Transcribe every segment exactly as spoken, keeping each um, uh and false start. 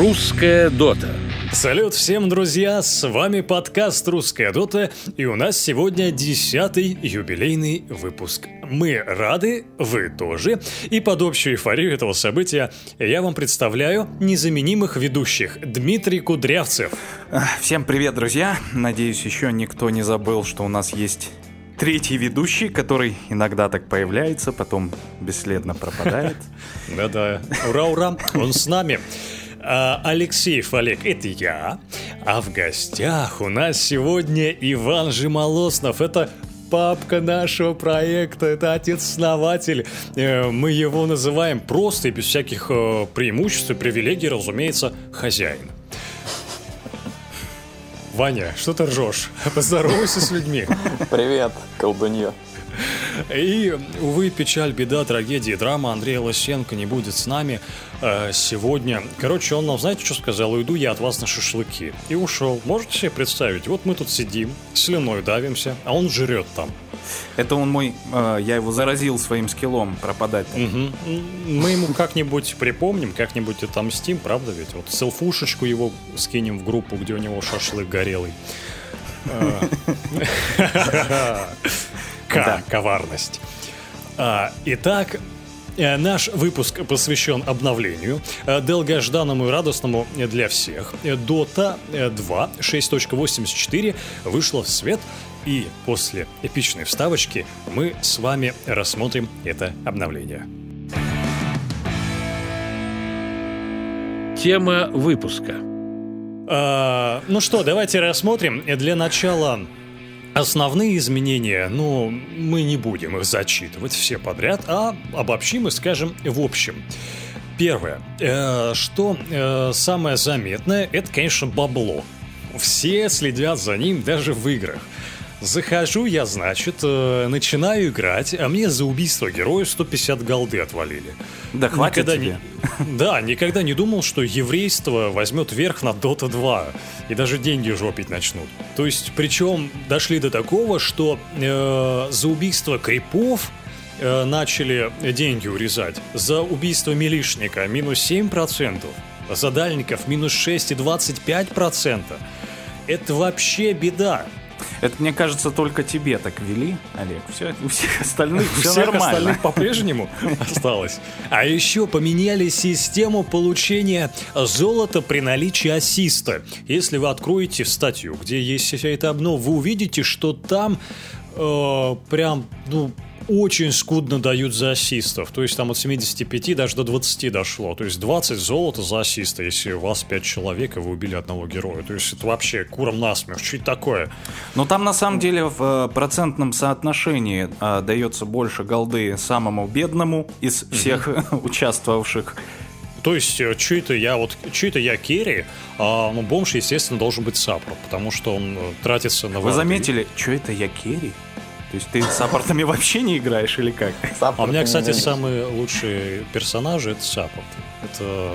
Русская Дота. Салют всем, друзья, с вами подкаст «Русская Дота», и у нас сегодня десятый юбилейный выпуск. Мы рады, вы тоже, и под общую эйфорию этого события я вам представляю незаменимых ведущих. Дмитрий Кудрявцев. Всем привет, друзья. Надеюсь, еще никто не забыл, что у нас есть третий ведущий, который иногда так появляется, потом бесследно пропадает. Да-да, ура-ура, он с нами. А, Алексеев Олег, это я. А в гостях у нас сегодня Иван Жемолоснов. Это папка нашего проекта, это отец-основатель. Мы его называем просто и без всяких преимуществ и привилегий, разумеется, хозяин. Ваня, что ты ржешь? Поздоровайся с людьми. Привет, колдунья. И, увы, печаль, беда, трагедия, драма. Андрей Лосенко не будет с нами э, сегодня. Короче, он нам, знаете, что сказал? Уйду я от вас на шашлыки. И ушел. Можете себе представить? Вот мы тут сидим, слюной давимся, а он жрет там. Это он мой... Э, я его заразил своим скиллом пропадать. Угу. Мы ему как-нибудь припомним, как-нибудь отомстим, правда ведь? Вот селфушечку его скинем в группу, где у него шашлык горелый. К, да. Коварность. А, итак, наш выпуск посвящен обновлению, долгожданному и радостному для всех. Дота два шесть точка восемьдесят четыре вышла в свет, и после эпичной вставочки мы с вами рассмотрим это обновление. Тема выпуска. А, ну что, давайте рассмотрим. Для начала... Основные изменения, ну, мы не будем их зачитывать все подряд, а обобщим и скажем в общем. Первое, э, что э, самое заметное, это, конечно, бабло. Все следят за ним даже в играх. Захожу я, значит, э, начинаю играть, а мне за убийство героя сто пятьдесят голды отвалили. Да хватит никогда тебе. Не, да, никогда не думал, что еврейство возьмет верх над Дота два и даже деньги жопить начнут. То есть, причем дошли до такого, что э, за убийство крипов э, начали деньги урезать, за убийство милишника минус семь процентов, за дальников минус шесть целых двадцать пять сотых процента. Это вообще беда. Это, мне кажется, только тебе так вели, Олег. Все, у всех остальных все у всех нормально. остальных по-прежнему осталось. А еще поменяли систему получения золота при наличии ассиста. Если вы откроете статью, где есть вся эта обнова, вы увидите, что там э, прям, ну, очень скудно дают за ассистов. То есть там от семидесяти пяти даже до двадцати дошло. То есть двадцать золота за ассиста, если у вас пять человек, и вы убили одного героя. То есть это вообще куром насмех. Что это такое? Но там на самом деле в э, процентном соотношении э, дается больше голды самому бедному из всех mm-hmm. участвовавших. То есть, что это я вот, что это я керри, а ну, бомж, естественно, должен быть саппорт, потому что он тратится на... Вы заметили, что это я керри? То есть ты с саппортами вообще не играешь или как? А у меня, кстати, самые лучшие персонажи — это саппорт. Это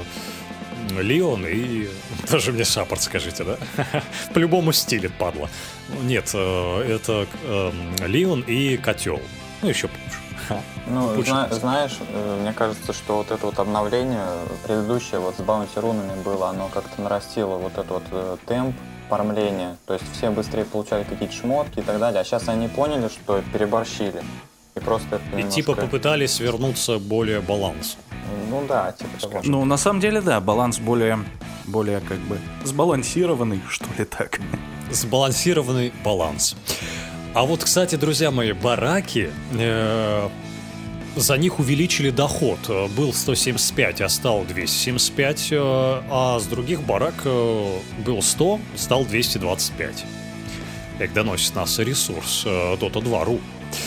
Леон и... Даже мне саппорт скажите, да? По-любому стилит, падла. Нет, это Леон и Котел. Ну, еще Пуш. Ну, зна- знаешь, мне кажется, что вот это вот обновление предыдущее вот с баунти-рунами было, оно как-то нарастило вот этот вот темп фармления, то есть все быстрее получали какие-то шмотки и так далее, а сейчас они поняли, что переборщили. И просто это И немножко... типа попытались вернуться более балансу. Ну да, типа того. Ну, на самом деле, да, баланс более, более как бы сбалансированный, что ли так. Сбалансированный баланс. А вот, кстати, друзья мои, бараки... Э- За них увеличили доход. Был сто семьдесят пять, а стал двести семьдесят пять. А с других барак был сто, стал двести двадцать пять. Как доносит нас ресурс дота два точка ру.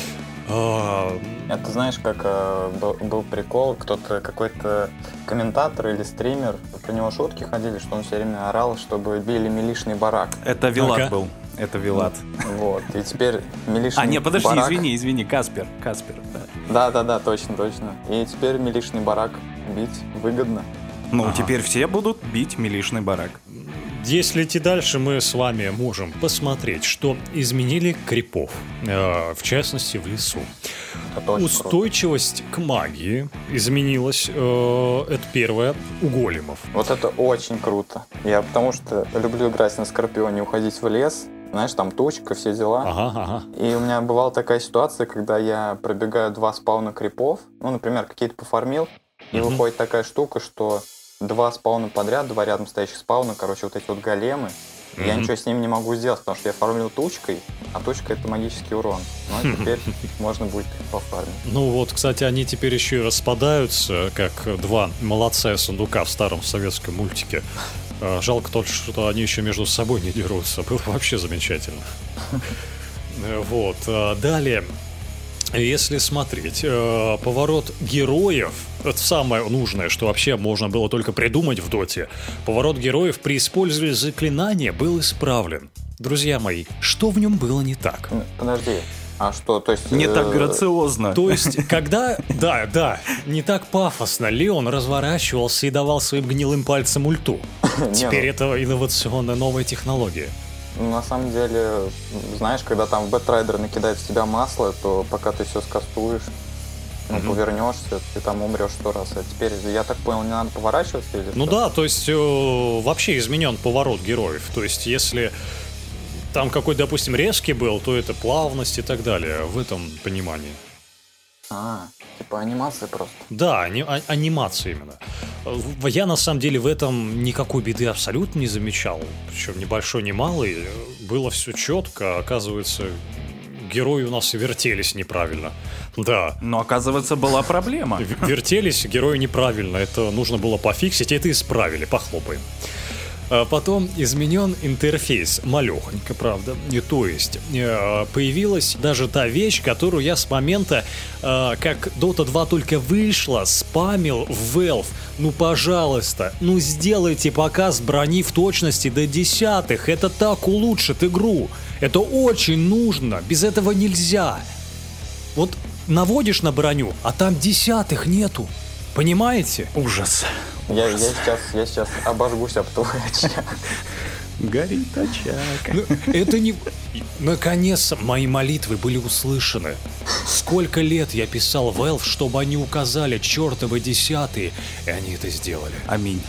Это знаешь, как был, был прикол, кто-то, какой-то комментатор или стример, про него шутки ходили, что он все время орал, чтобы били милишный барак. Это Вилат ага. был. Это Вилат. Вот, и теперь милишный А, не, подожди, барак... извини, извини, Каспер, Каспер, да. Да-да-да, точно, точно. И теперь милишный барак бить выгодно. Ну, ага. теперь все будут бить милишный барак. Если идти дальше, мы с вами можем посмотреть, что изменили крипов, э, в частности в лесу. Это очень Устойчивость к магии изменилась. э, Это первое. У големов. Вот это очень круто. Я потому что люблю играть на Скорпионе, уходить в лес. Знаешь, там тучка, все дела. Ага, ага. И у меня бывала такая ситуация, когда я пробегаю два спауна крипов, ну, например, какие-то пофармил, и Мгм. выходит такая штука, что два спауна подряд, два рядом стоящих спауна, короче, вот эти вот големы, и я Мгм. ничего с ними не могу сделать, потому что я фармлю тучкой, а тучка — это магический урон. Ну, а теперь можно будет их пофармить. Ну вот, кстати, они теперь еще и распадаются, как два молодца сундука в старом советском мультике. А, Жалко только, что они еще между собой не дерутся. Было вообще замечательно. Э, Вот. а, Далее, если смотреть, э, поворот героев, это самое нужное, что вообще можно было только придумать в доте. Поворот героев при использовании заклинания был исправлен. Друзья мои, что в нем было не так? М, Подожди, а что, то есть... Не э, так грациозно. То есть, когда, да, да, не так пафосно Леон разворачивался и давал своим гнилым пальцем ульту. не, Теперь ну, это инновационная новая технология. ну, на самом деле, знаешь, когда там Бэтрайдер накидает в тебя масло, то пока ты все скастуешь, ну, Мгм. повернешься, ты там умрешь сто раз. А теперь, я так понял, не надо поворачиваться или Ну что? да, то есть э, вообще изменен поворот героев. То есть, если там какой-то, допустим, резкий был, то это плавность и так далее, в этом понимании. А, типа анимация просто. Да, ани- а- анимация именно. В- Я на самом деле в этом никакой беды абсолютно не замечал. Причем ни большой, ни малый. Было все четко. Оказывается, герои у нас вертелись неправильно. Да. Но, оказывается, была проблема. В- Вертелись герои неправильно. Это нужно было пофиксить, и это исправили. Похлопаем. А Потом изменен интерфейс, малехонько, правда. И то есть э, появилась даже та вещь, которую я с момента, э, как Дота два только вышла, спамил в Valve. Ну, пожалуйста, ну сделайте показ брони в точности до десятых. Это так улучшит игру. Это очень нужно. Без этого нельзя. Вот наводишь на броню, а там десятых нету. Понимаете? Ужас. Я, я, сейчас, я сейчас обожгусь об твой очаг. Горит очаг. Ну, это не... Наконец, мои молитвы были услышаны. Сколько лет я писал Valve, чтобы они указали чертовы десятые, и они это сделали. Аминь.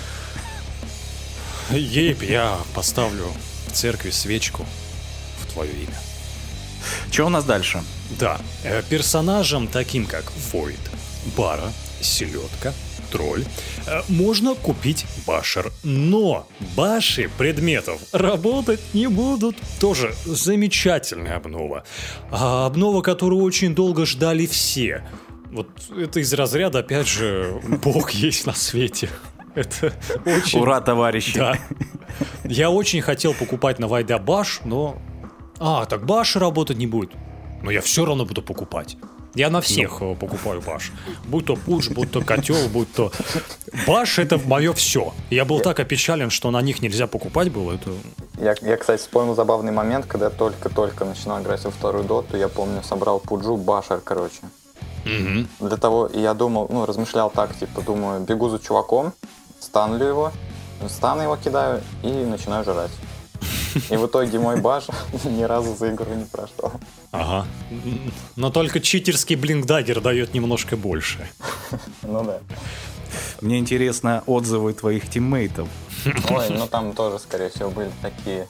Ейб, я поставлю в церкви свечку в твое имя. Что у нас дальше? Да, э, персонажам таким как Void, Бара, Селедка, Тролль, э, можно купить башер, но баши предметов работать не будут. Тоже замечательная обнова. А обнова, которую очень долго ждали все. Вот это из разряда, опять же, Бог есть на свете. Это очень... Ура, товарищи. Да. Я очень хотел покупать на Вайда баш, но... А, так баш работать не будет. Но я все равно буду покупать. Я на всех э, покупаю баш. Будь то пудж, будь то котел, будь то... Баш — это мое все. Я был так опечален, что на них нельзя покупать было. Это... Я, я, кстати, вспомнил забавный момент, когда я только-только начинал играть во вторую доту, я помню, собрал пуджу башер, короче. Мгм. Для того, и я думал, ну, размышлял так, типа, думаю, бегу за чуваком, станлю его, стан его кидаю и начинаю жрать. И в итоге мой баш ни разу за игру не прошел. Ага. Но только читерский блинкдаггер дает немножко больше. Ну да. Мне интересно отзывы твоих тиммейтов. Ой, ну там тоже, скорее всего, были такие.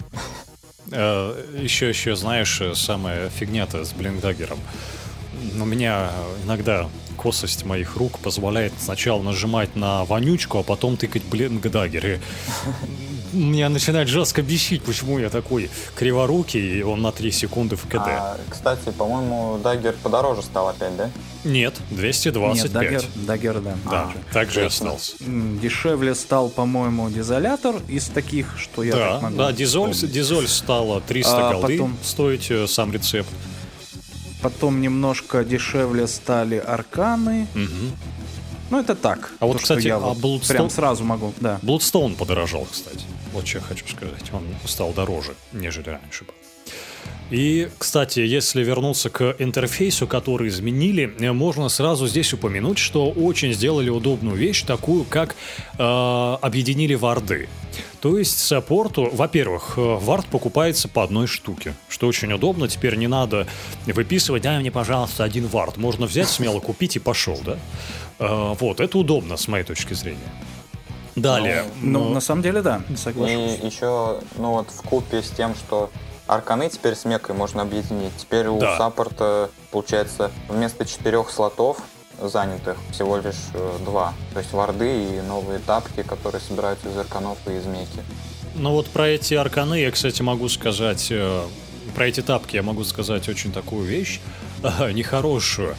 Еще, еще, знаешь, самая фигня-то с блинкдаггером. У меня иногда косость моих рук позволяет сначала нажимать на вонючку, а потом тыкать блинкдаггер. И меня начинает жестко бесить, почему я такой криворукий, и он на три секунды в КД. А, кстати, по-моему, даггер подороже стал опять, да? Нет, двести двадцать Нет, пять. даггер, даггер, да. Да, также. так же и точно. остался. М, Дешевле стал, по-моему, дизолятор из таких, что я Да, так могу да, дизоль, вспомнить. дизоль стала триста А голды потом- стоить, э, сам рецепт. Потом немножко дешевле стали арканы. Мгм. Ну, это так. А вот, то, кстати, что я а вот Bloodstone- прям сразу могу, да. Bloodstone подорожал, кстати. Вот что я хочу сказать. Он стал дороже, нежели раньше был. И, кстати, если вернуться к интерфейсу, который изменили, можно сразу здесь упомянуть, что очень сделали удобную вещь, такую как э, объединили варды. То есть саппорту, во-первых, вард покупается по одной штуке, что очень удобно, теперь не надо выписывать, дай мне, пожалуйста, один вард, можно взять, смело купить и пошел, да? Э, вот, это удобно с моей точки зрения. Далее. Ну, но... на самом деле, да, соглашусь. И еще, ну вот, вкупе с тем, что арканы теперь с мекой можно объединить. Теперь у да. саппорта, получается, вместо четырех слотов занятых всего лишь э, два. То есть варды и новые тапки, которые собираются из арканов и из меки. Ну вот про эти арканы я, кстати, могу сказать... Э, про эти тапки я могу сказать очень такую вещь, э, нехорошую.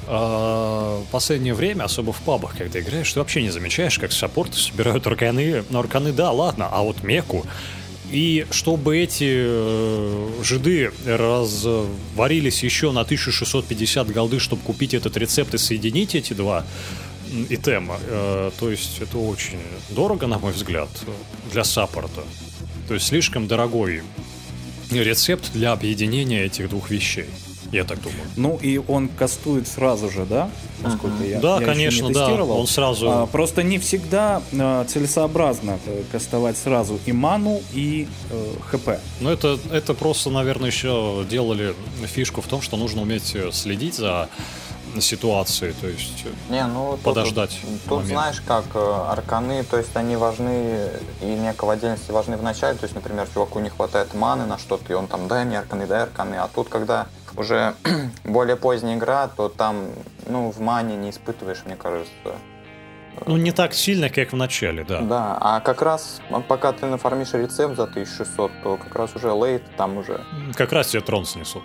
В последнее время, особо в пабах, когда играешь, ты вообще не замечаешь, как саппорты собирают арканы. Ну, арканы, да, ладно, а вот меку. И чтобы эти э, жиды разварились еще на тысячу шестьсот пятьдесят голды, чтобы купить этот рецепт и соединить эти два итема, э, то есть это очень дорого, на мой взгляд, для саппорта. То есть слишком дорогой рецепт для объединения этих двух вещей. Я так думаю. Ну и он кастует сразу же, да? Насколько uh-huh. я, да, я конечно, еще не да. тестировал. Он сразу. А, просто не всегда а, целесообразно кастовать сразу и ману, и э, хп. Ну это, это просто, наверное, еще делали фишку в том, что нужно уметь следить за ситуацией, то есть не, ну, подождать. Тут, тут знаешь как, арканы, то есть они важны, и мека в отдельности важны в начале, то есть, например, чуваку не хватает маны на что-то, и он там, дай мне арканы, дай арканы, а тут, когда уже более поздняя игра, то там, ну, в мане не испытываешь, мне кажется. Ну, не так сильно, как в начале, да. Да, а как раз, пока ты нафармишь рецепт за тысячу шестьсот, то как раз уже лейт, там уже... Как раз тебе трон снесут.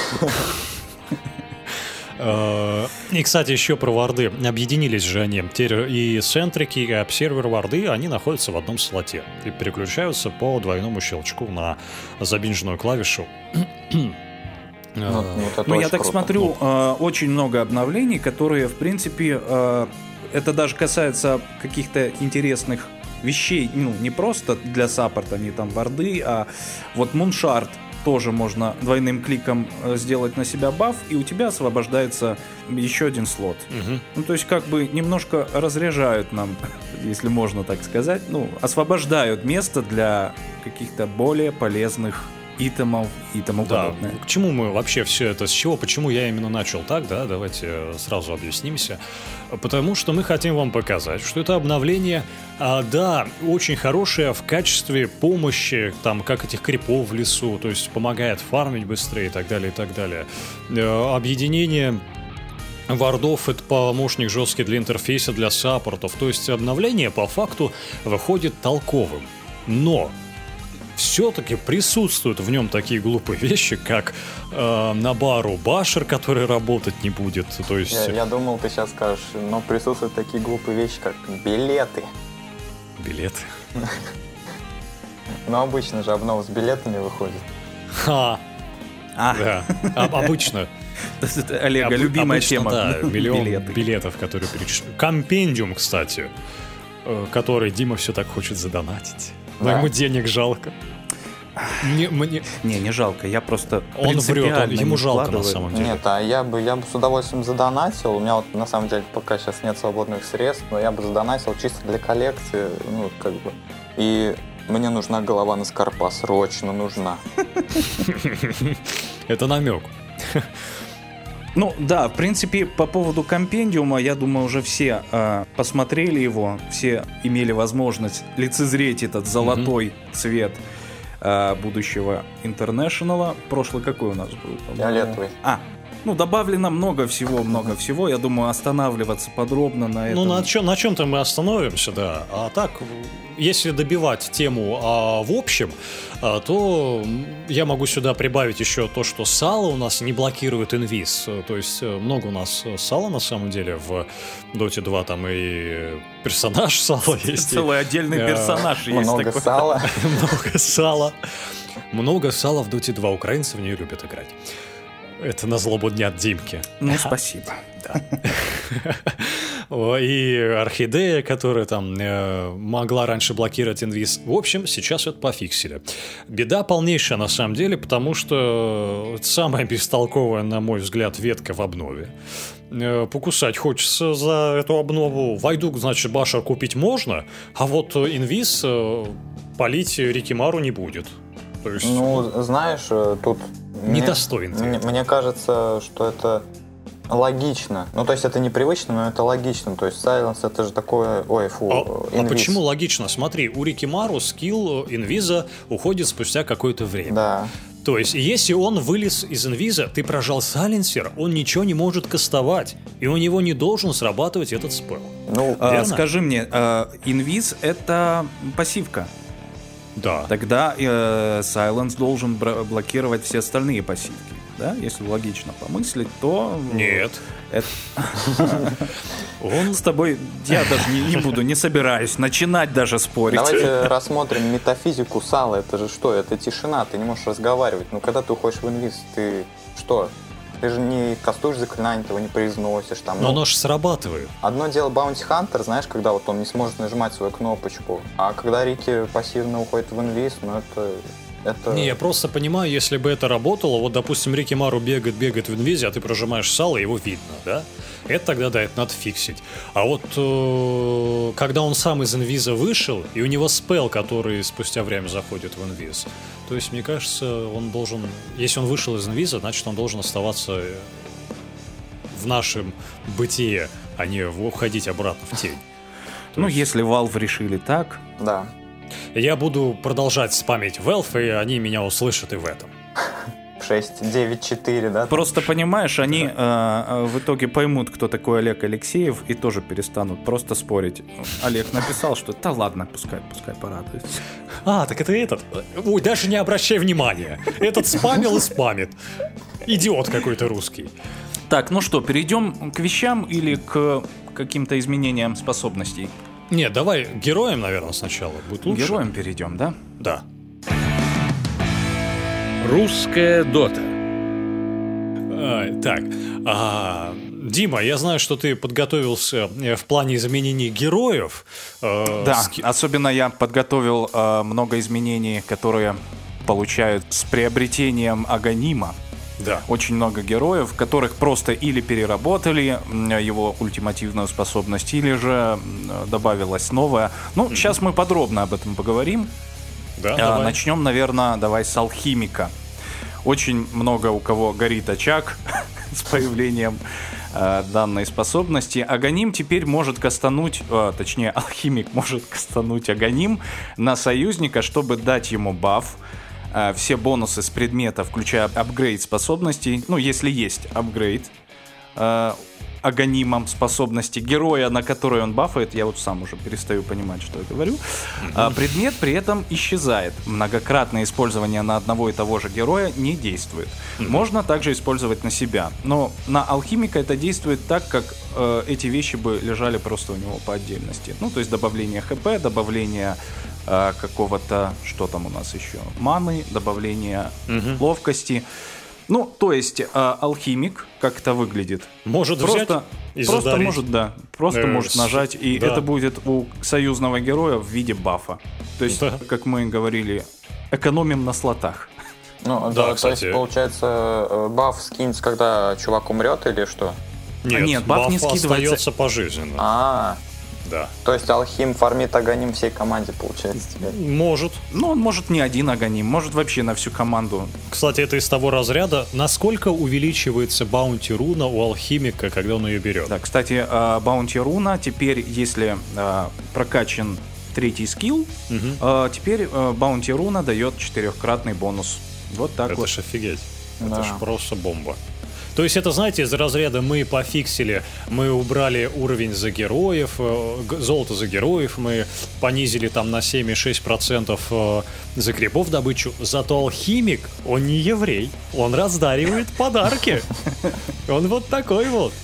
И, кстати, еще про варды. Объединились же они. И сентрики, и обсервер варды, они находятся в одном слоте. И переключаются по двойному щелчку на забинженную клавишу. Ну, ну я так круто. смотрю, э, очень много обновлений, которые, в принципе, э, это даже касается каких-то интересных вещей, ну, не просто для саппорта, не там варды, а вот Муншард тоже можно двойным кликом сделать на себя баф, и у тебя освобождается еще один слот. Угу. Ну, то есть, как бы немножко разряжают нам, если можно так сказать, ну, освобождают место для каких-то более полезных итемов и тому да. подобное. К чему мы вообще все это, с чего, почему я именно начал так, да, давайте сразу объяснимся. Потому что мы хотим вам показать, что это обновление, а, да, очень хорошее в качестве помощи, там, как этих крипов в лесу, то есть помогает фармить быстрее и так далее, и так далее. А, объединение вардов — это помощник жесткий для интерфейса, для саппортов, то есть обновление по факту выходит толковым. Но все-таки присутствуют в нем такие глупые вещи, как э, Набару Башер, который работать не будет. То есть... я, я думал, ты сейчас скажешь, но присутствуют такие глупые вещи, как билеты. Билеты? Ну, обычно же обнова с билетами выходит. Ха! Да, обычно. Олега, любимая тема. Да, миллион билетов, которые перечисляют. Компендиум, кстати, который Дима все так хочет задонатить. Но да. Ему денег жалко. Не, мне... не, не жалко, я просто он врет, он, ему жалко на самом деле. Нет, а я бы, я бы с удовольствием задонатил. У меня вот на самом деле пока сейчас нет свободных средств, но я бы задонатил чисто для коллекции, ну как бы. И мне нужна голова на Скарпа, срочно нужна. Это намек. Ну да, в принципе, по поводу компендиума, я думаю, уже все э, посмотрели его, все имели возможность лицезреть этот золотой mm-hmm. цвет э, будущего Интернешнала. Прошлый какой у нас был? Фиолетовый. А, ну добавлено много всего, много всего. Я думаю, останавливаться подробно на этом. Ну на, чем, на чем-то мы остановимся, да. А так, если добивать тему а, в общем, а, то я могу сюда прибавить еще то, что сало у нас не блокирует инвиз. То есть много у нас сала на самом деле в Доте два, там и персонаж сала есть. Целый отдельный персонаж есть. Много сала. Много сала. Много сала в Доте два. Украинцы в нее любят играть. Это на злобу дня от Димки. Ну, спасибо. Да. Да. И орхидея, которая там э, могла раньше блокировать инвиз. В общем, сейчас это пофиксили. Беда полнейшая на самом деле, потому что самая бестолковая, на мой взгляд, ветка в обнове. Э, покусать хочется за эту обнову. Войду, значит, башер купить можно, а вот инвиз э, полить Рикимару не будет. То есть, ну, знаешь, тут... Недостоин ты. Мне, мне кажется, что это... логично. Ну, то есть это непривычно, но это логично. То есть Сайленс это же такое... Ой, фу, а, а почему логично? Смотри, у Рикимару скилл инвиза уходит спустя какое-то время. Да. То есть, если он вылез из инвиза, ты прожал сайленсер, он ничего не может кастовать. И у него не должен срабатывать этот спел. Ну, а, скажи мне, э, инвиз это пассивка. Да. Тогда Сайленс э, должен блокировать все остальные пассивки. Да, если логично помыслить, то... Нет. Это... Он с тобой... Я даже не, не буду, не собираюсь начинать даже спорить. Давайте рассмотрим метафизику Сала. Это же что? Это тишина, ты не можешь разговаривать. Ну, когда ты уходишь в инвиз, ты что? Ты же не кастуешь заклинание, ты его не произносишь. Там, Но ну, оно же срабатывает. Одно дело Bounty Hunter, знаешь, когда вот он не сможет нажимать свою кнопочку. А когда Рики пассивно уходит в инвиз, ну это... Это... Не, я просто понимаю, если бы это работало, вот, допустим, Рикимару бегает, бегает в инвизе, а ты прожимаешь Сало, его видно, да? Это тогда, да, это надо фиксить. А вот э, когда он сам из инвиза вышел, и у него спел, который спустя время заходит в инвиз, то есть, мне кажется, он должен... Если он вышел из инвиза, значит, он должен оставаться в нашем бытие, а не уходить обратно в тень. Ну, есть... если Valve решили так... Да. Я буду продолжать спамить Valve, и они меня услышат и в этом. шесть девять четыре, да? Просто понимаешь, они э, в итоге поймут, кто такой Олег Алексеев, и тоже перестанут просто спорить. Олег написал, что да ладно, пускай, пускай порадуется. А, так это этот. Ой, даже не обращай внимания. Этот спамил и спамит. Идиот какой-то русский. Так, ну что, перейдем к вещам или к каким-то изменениям способностей? Нет, давай героям, наверное, сначала. Будет лучше. Героям перейдем, да? Да. Русская дота. А, так, а, Дима, я знаю, что ты подготовился в плане изменений героев. Э, да, ски... особенно я подготовил э, много изменений, которые получают с приобретением Аганима. Да. Очень много героев, которых просто или переработали его ультимативную способность, или же добавилась новая. Ну, mm-hmm. сейчас мы подробно об этом поговорим. Да, а, давай. Начнем, наверное, давай с алхимика. Очень много у кого горит очаг с появлением э, данной способности. Аганим теперь может кастануть, э, точнее, алхимик может кастануть Аганим на союзника, чтобы дать ему баф. Все бонусы с предмета, включая апгрейд способностей, ну, если есть апгрейд э, аганимом способности героя, на который он бафает, я вот сам уже перестаю понимать, что я говорю, а предмет при этом исчезает. Многократное использование на одного и того же героя не действует. Можно также использовать на себя, но на алхимика это действует так, как э, эти вещи бы лежали просто у него по отдельности. Ну, то есть добавление хп, добавление какого-то, что там у нас еще, маны, добавление угу. ловкости. Ну, то есть э, алхимик, как это выглядит? Может просто, взять и просто задарить. может, да, просто э, может нажать, и да. это будет у союзного героя в виде бафа. То есть, да. как мы говорили, экономим на слотах. Ну, да, да, кстати. То есть, получается, баф скинется, когда чувак умрет или что? Нет, а нет баф, баф не скидывается. Остается пожизненно. А-а-а. Да. То есть алхим фармит аганим всей команде, получается, теперь? Может. Ну, он может не один аганим, может вообще на всю команду. Кстати, это из того разряда, насколько увеличивается баунти руна у алхимика, когда он ее берет. Да, кстати, баунти руна теперь, если прокачан третий скилл, угу. теперь баунти руна дает четырехкратный бонус. Вот так это вот. ж офигеть. Да. Это ж просто бомба. То есть это, знаете, из разряда мы пофиксили, мы убрали уровень за героев, золото за героев, мы понизили там на семь и шесть десятых процента за грибов добычу. Зато алхимик, он не еврей, он раздаривает подарки. Он вот такой вот.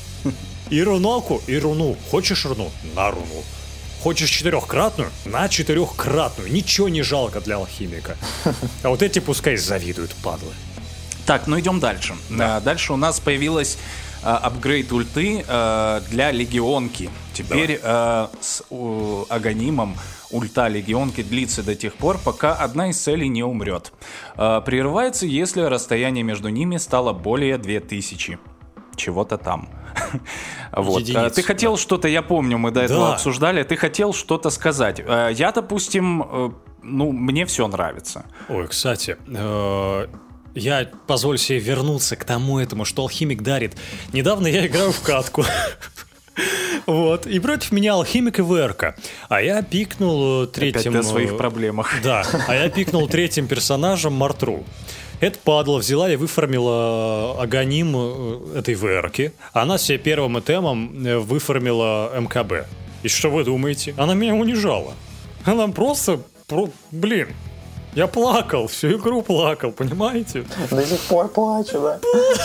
И руноку, и руну. Хочешь руну? На руну. Хочешь четырехкратную? На четырехкратную. Ничего не жалко для алхимика. А вот эти пускай завидуют, падлы. Так, ну идем дальше. Да. Дальше у нас появилась апгрейд ульты э, для легионки. Теперь э, с э, Аганимом ульта легионки длится до тех пор, пока одна из целей не умрет. Э, прерывается, если расстояние между ними стало более две тысячи. Чего-то там. Вот. Единиц, ты хотел да. что-то, я помню, мы до этого Да. обсуждали, ты хотел что-то сказать. Э, я, допустим, э, ну, мне все нравится. Ой, кстати, э, я позволю себе вернуться к тому этому, что алхимик дарит. Недавно я играю в катку. Вот, и против меня алхимик и ВРК. А я пикнул третьим... Опять о своих проблемах. Да, а я пикнул третьим персонажем Мартру. Эта падла взяла и выформила аганим этой ВРки. Она себе первым этемом выформила МКБ. И что вы думаете? Она меня унижала. Она просто... Про... Блин, я плакал, всю игру плакал, понимаете? До сих пор плачу, да?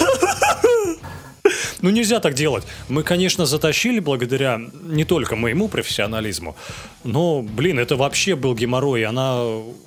Ну, нельзя так делать. Мы, конечно, затащили благодаря не только моему профессионализму, но, блин, это вообще был геморрой. И она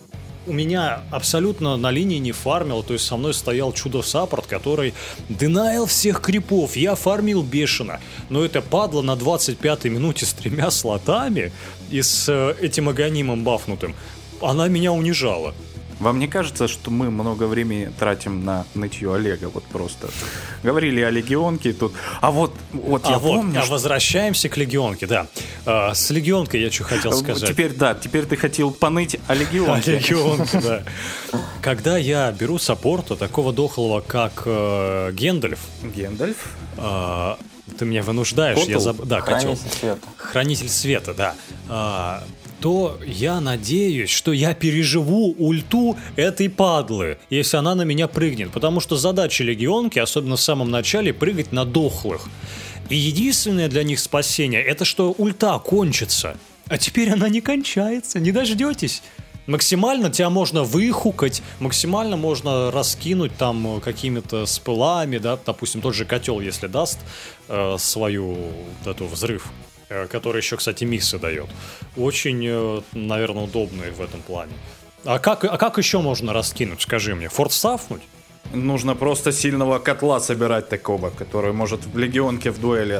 у меня абсолютно на линии не фармила. То есть со мной стоял чудо-саппорт, который денаил всех крипов. Я фармил бешено. Но это падла на двадцать пятой минуте с тремя слотами и с этим аганимом бафнутым. Она меня унижала. Вам не кажется, что мы много времени тратим на нытье Олега? Вот просто говорили о легионке тут. А вот, вот а я вот, помню... А что... возвращаемся к легионке, да. А, с легионкой я что хотел сказать. Теперь, да, теперь ты хотел поныть о легионке. О легионке, да. Когда я беру саппорта, такого дохлого, как э, Гендальф... Гендальф? Э, ты меня вынуждаешь, Котл? я заб... Да, Хранитель котел. света. Хранитель света, да. А, то я надеюсь, что я переживу ульту этой падлы, если она на меня прыгнет. Потому что задача легионки, особенно в самом начале, прыгать на дохлых. И единственное для них спасение, это что ульта кончится. А теперь она не кончается, не дождетесь. Максимально тебя можно выхукать, максимально можно раскинуть там какими-то спылами, да, допустим, тот же котел, если даст э, свою вот эту взрыв, э, который еще, кстати, миссы дает. Очень, э, наверное, удобный в этом плане. А как, а как еще можно раскинуть, скажи мне? Форт-стафнуть? Нужно просто сильного котла собирать такого, который может в легионке в дуэли.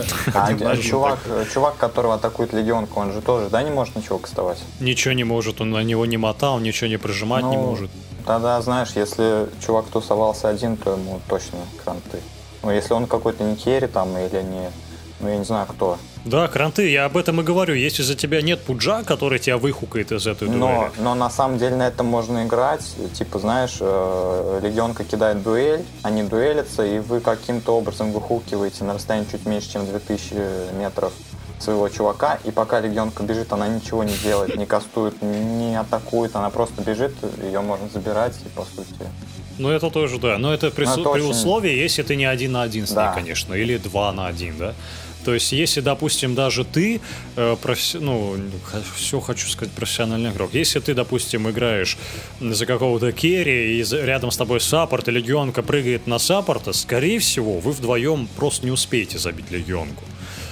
А чувак, чувак, которого атакует легионку, он же тоже, да, не может ничего кастовать? Ничего не может, он на него не мотал, он ничего не прижимать Ну, не может. Тогда, знаешь, если чувак тусовался один, то ему точно кранты. Ну, если он какой-то не керри там или не... Ну, я не знаю, кто. Да, кранты, я об этом и говорю. Если за тебя нет пуджа, который тебя выхукает из этой дуэли. Но, но на самом деле на этом можно играть. Типа, знаешь, э, легионка кидает дуэль, они дуэлятся, и вы каким-то образом выхукиваете на расстоянии чуть меньше, чем две тысячи метров своего чувака, и пока легионка бежит, она ничего не делает, не кастует, не атакует, она просто бежит, ее можно забирать, и по сути... Ну, это тоже, да. Но это при, Но это при очень... условии, если ты не один на один с Да. ней, конечно, или два на один, да. То есть, если, допустим, даже ты, э, профи... ну, все хочу сказать, профессиональный игрок, если ты, допустим, играешь за какого-то керри, и за- рядом с тобой саппорт, и легионка прыгает на саппорта, скорее всего, вы вдвоем просто не успеете забить легионку.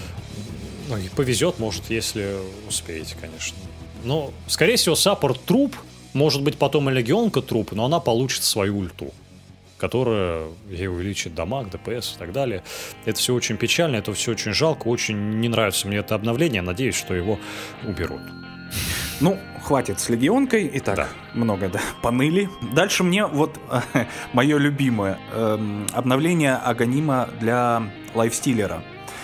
Ну, и повезет, может, если успеете, конечно. Но, скорее всего, саппорт труп, может быть, потом и легионка труп, но она получит свою ульту, которая ей увеличит дамаг, ДПС и так далее. Это все очень печально, это все очень жалко, очень не нравится мне это обновление, надеюсь, что его уберут. Ну, хватит с легионкой. Итак, Да. много, да, поныли. Дальше мне вот мое любимое эм, обновление Аганима для лайфстилера.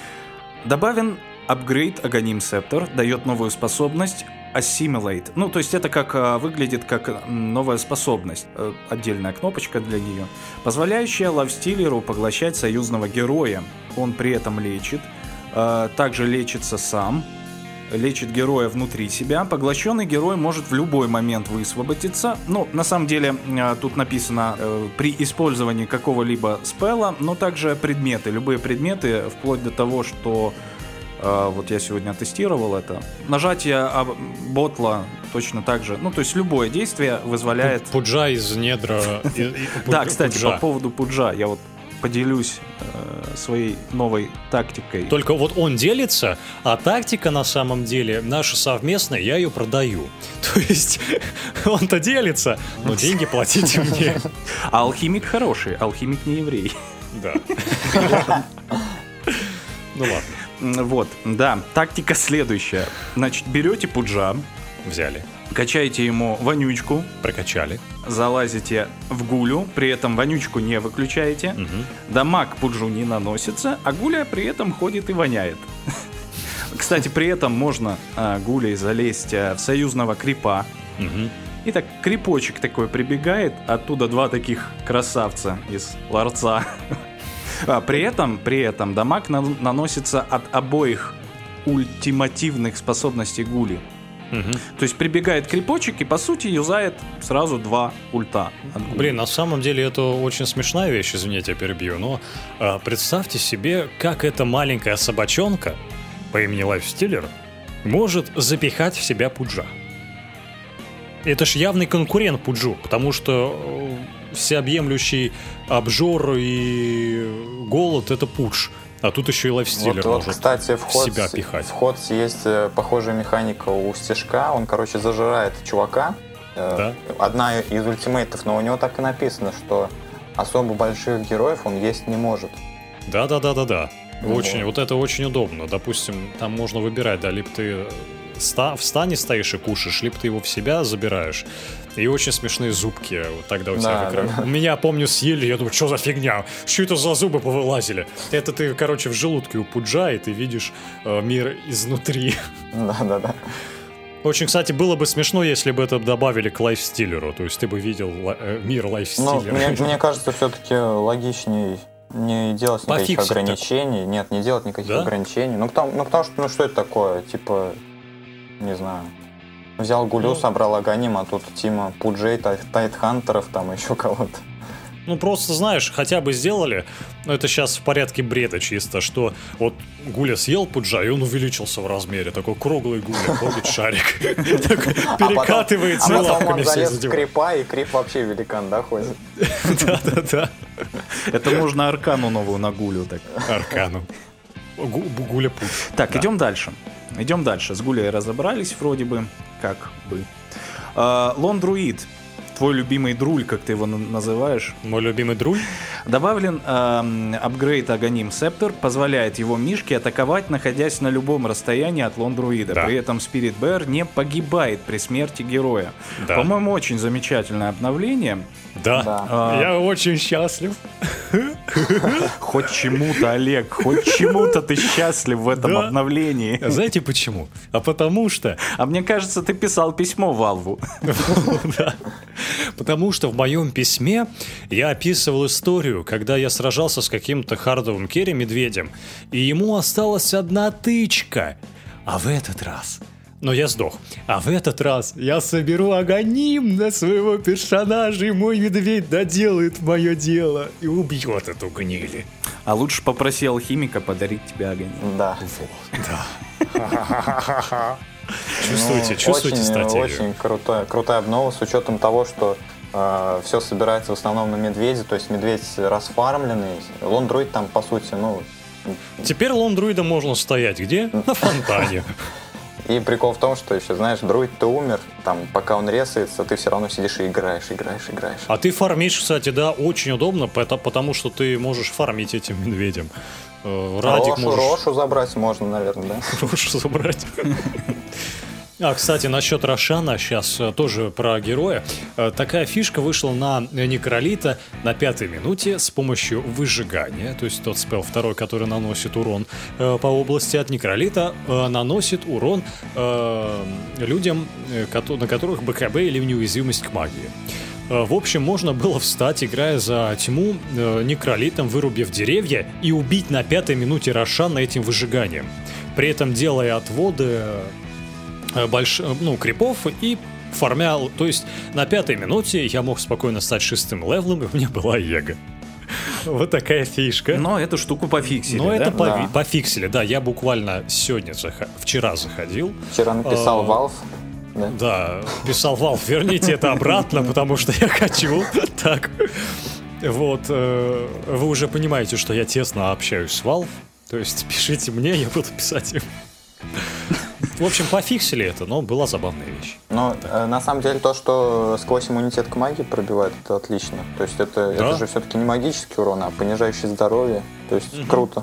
Добавен апгрейд Аганим Септор, дает новую способность Assimilate. Ну, то есть это как а, выглядит как м, новая способность. Э, отдельная кнопочка для нее, позволяющая лайфстилеру поглощать союзного героя. Он при этом лечит. Э, также лечится сам. Лечит героя внутри себя. Поглощенный герой может в любой момент высвободиться. Ну, на самом деле, э, тут написано э, при использовании какого-либо спелла, но также предметы. Любые предметы, вплоть до того, что э, вот я сегодня тестировал это. Нажатие ботла точно так же. Ну, то есть любое действие вызволяет... Пуджа из недра... и- и- Да, пуджа- кстати, пуджа. по поводу пуджа, я вот поделюсь э, своей новой тактикой. Только вот он делится, а тактика на самом деле наша совместная, я ее продаю. То есть он-то делится, но деньги платите мне. А алхимик хороший, алхимик не еврей. Да. Ну ладно. Вот, да, тактика следующая. Значит, берете пуджа, Взяли, качаете ему вонючку, прокачали. залазите в гулю, при этом вонючку не выключаете, дамаг пуджу не наносится, а гуля при этом ходит и воняет. Кстати, при этом можно а, гулей залезть а, в союзного крипа. Мгм. И так крипочек такой прибегает, оттуда два таких красавца из ларца. А, при этом, при этом дамаг на- наносится от обоих ультимативных способностей гули. Мгм. То есть прибегает крипочек и, по сути, юзает сразу два ульта. от гули. Блин, на самом деле это очень смешная вещь, извините, я перебью, но а, представьте себе, как эта маленькая собачонка по имени Лайфстиллер может запихать в себя пуджа. Это ж явный конкурент пуджу, потому что э, всеобъемлющий обжор и голод — это пудж. А тут еще и Лайфстиллер Вот, вот, может кстати, в вход, себя пихать. вход есть э, похожая механика у стежка. Он, короче, зажирает чувака. Э, Одна из ультимейтов, но у него так и написано, что особо больших героев он есть не может. Да-да-да-да-да. Ну Очень, вот. вот это очень удобно. Допустим, там можно выбирать, да, либо ты ста, в стане стоишь и кушаешь, либо ты его в себя забираешь. И очень смешные зубки вот тогда у тебя Да, в экране. да. У меня, помню, съели, я думаю, что за фигня? Что это за зубы повылазили? Это ты, короче, в желудке у пуджа, и ты видишь э, мир изнутри. Да-да-да. Очень, кстати, было бы смешно, если бы это добавили к Лайфстиллеру. То есть ты бы видел ла- э, мир Ну, Лайфстиллера. мне, мне кажется, все-таки логичней не делать никаких Пофиксить ограничений. Нет, не делать никаких Да? ограничений. Ну потому, ну, потому что, ну что это такое? Типа, не знаю. Взял гулю, Ну. собрал аганим, а тут Тима Пуджей, Тайт- Тайтхантеров, там еще кого-то. Ну, просто, знаешь, хотя бы сделали, но это сейчас в порядке бреда чисто, что вот Гуля съел пуджа, и он увеличился в размере. Такой круглый Гуля, ходит шарик. Такой перекатывается и А потом лапками он всех залез в задевает. крипа, и крип вообще великан, да, ходит? Да-да-да. Это можно аркану новую на гулю так. Аркану. Гу- Гуля пудж. Так, Да. идем дальше. Идем дальше. С гулей разобрались вроде бы. Как бы. А, Лон-друид. Твой любимый друль, как ты его н- называешь. Мой любимый друль. Добавлен эм, апгрейд Аганим Септор, позволяет его мишке атаковать, находясь на любом расстоянии от лон-друида. Да. При этом Spirit Bear не погибает при смерти героя. Да. По-моему, очень замечательное обновление. Да. Да. А, Я очень счастлив. Хоть чему-то, Олег, хоть чему-то ты счастлив в этом Да. обновлении. Знаете почему? А потому что... А мне кажется, ты писал письмо Валву. Да. Потому что в моем письме я описывал историю, когда я сражался с каким-то хардовым керри медведем, и ему осталась одна тычка. А в этот раз... Но я сдох. А в этот раз я соберу аганим на своего персонажа, и мой медведь доделает мое дело и убьет эту гнили. А лучше попроси алхимика подарить тебе Аганим. Да. Вот, да. Чувствуете, Ну, чувствуете очень, стратегию? Очень крутая, крутая обнова с учетом того, что все собирается в основном на медведе, то есть медведь расфармленный, лон-друид там, по сути, ну... Теперь лон-друида можно стоять где? На фонтане. И прикол в том, что еще, знаешь, друид-то умер, там, пока он ресается, ты все равно сидишь и играешь, играешь, играешь. А ты фармишь, кстати, да, очень удобно, пото- потому что ты можешь фармить этим медведем. Э, Радик Рошу, можешь Рошу забрать можно, наверное, да? Рошу забрать. А, кстати, насчет Рошана, сейчас э, тоже про героя. Э, Такая фишка вышла на Некролита на пятой минуте с помощью выжигания. То есть тот спелл второй, который наносит урон э, по области от Некролита, э, наносит урон э, людям, э, кото- на которых БКБ или неуязвимость к магии. Э, В общем, можно было встать, играя за тьму, э, Некролитом, вырубив деревья, и убить на пятой минуте Рошана этим выжиганием. При этом делая отводы э, больш... ну, крипов и фармял. То есть на пятой минуте я мог спокойно стать шестым левелом, и у меня была Ега. Вот такая фишка. Но эту штуку пофиксили, Но да? это пови- Да. пофиксили, да. Я буквально сегодня, заха- вчера заходил. Вчера написал А, Valve, да? Да, писал Valve, верните это обратно, потому что я хочу. Так. Вот, э, вы уже понимаете, что я тесно общаюсь с Valve. То есть пишите мне, я буду писать им. В общем, пофиксили это, но была забавная вещь. Но э, на самом деле то, что сквозь иммунитет к магии пробивает, это отлично. То есть это, да? это же все-таки не магический урон, а понижающий здоровье. То есть угу. круто.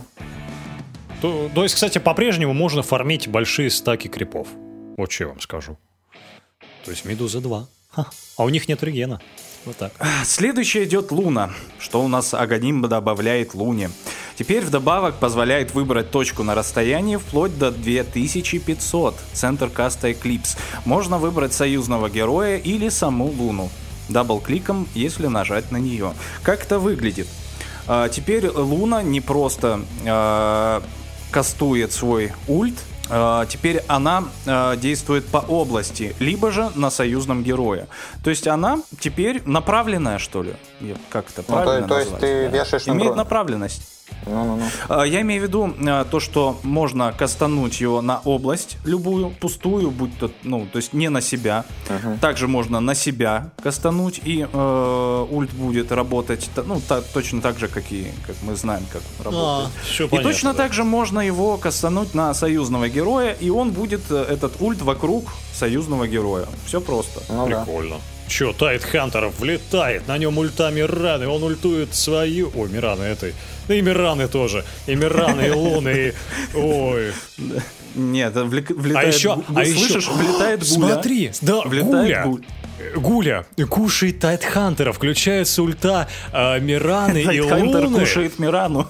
То, то есть, кстати, по-прежнему можно фармить большие стаки крипов. Вот что я вам скажу. То есть Медуза два. Ха. А у них нет регена. Вот так. Следующее идет Луна. Что у нас Аганим добавляет Луне? Теперь вдобавок позволяет выбрать точку на расстоянии вплоть до две тысячи пятьсот. Центр каста Эклипс. Можно выбрать союзного героя или саму Луну. Дабл-кликом, если нажать на нее. Как это выглядит? А, теперь Луна не просто а, кастует свой ульт. Uh, теперь она uh, действует по области, либо же на союзном герое. То есть она теперь направленная, что ли? Как это правильно ну, то, назвать? То есть ты да. вешаешь Имеет на... направленность. Ну-ну-ну. Uh, я имею в виду uh, то, что можно кастануть его на область любую, пустую, будь то, ну, то есть не на себя. Uh-huh. Также можно на себя кастануть, и uh, ульт будет работать, ну, та, точно так же, как и как мы знаем, как работает. А, все и понятно, точно да. так же можно его кастануть на союзного героя, и он будет, этот ульт, вокруг союзного героя. Все просто. Ну, прикольно. Да. Че, Тайтхантеров влетает, на нем ульта Мираны, он ультует свою... Ой, Мираны этой. Да и Мираны тоже. И Мираны, и Луны, и... Ой. Нет, влетает... А еще... Гу... А Слышишь, еще... влетает Гуля. Смотри, да, влетает Гуля. Гуля кушает Тайтхантера, включается ульта э, Мираны и Луны. Тайтхантер кушает Мирану.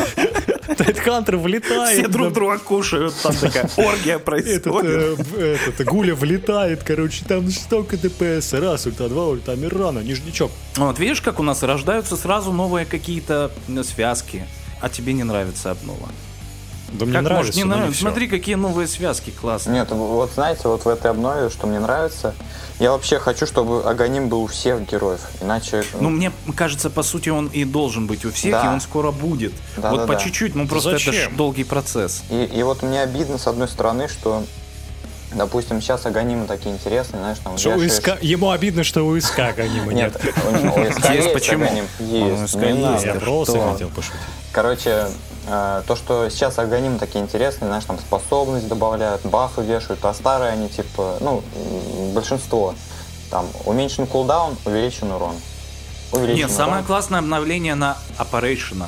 Тайтхантер влетает. Все друг друга кушают, там такая оргия происходит. Этот, э, этот, Гуля влетает, короче, там столько ДПС. Раз ульта, два ульта, Мирана, нижнячок. Вот видишь, как у нас рождаются сразу новые какие-то связки. А тебе не нравится обнова? Да мне как нравится, может не нравится? Смотри, какие новые связки классные. Нет, вот знаете, вот в этой обнове, что мне нравится, я вообще хочу, чтобы Аганим был у всех героев, иначе... Ну, мне кажется, по сути, он и должен быть у всех, да. И он скоро будет. Да, вот да, по да. чуть-чуть, ну просто Зачем? Это ж долгий процесс. И, и вот мне обидно, с одной стороны, что, допустим, сейчас Аганимы такие интересные, знаешь, там... Что вешаешь... УСК... Ему обидно, что у УСК Аганима нет. Нет, у УСК есть почему? Аганим. Есть, не надо. Я просто хотел пошутить. Короче, то, что сейчас Аганимы такие интересные, знаешь, там способность добавляют, бафы вешают, а старые они типа, ну, большинство, там, уменьшен кулдаун, увеличен урон. Увеличен Нет, урон. самое классное обновление на Operation.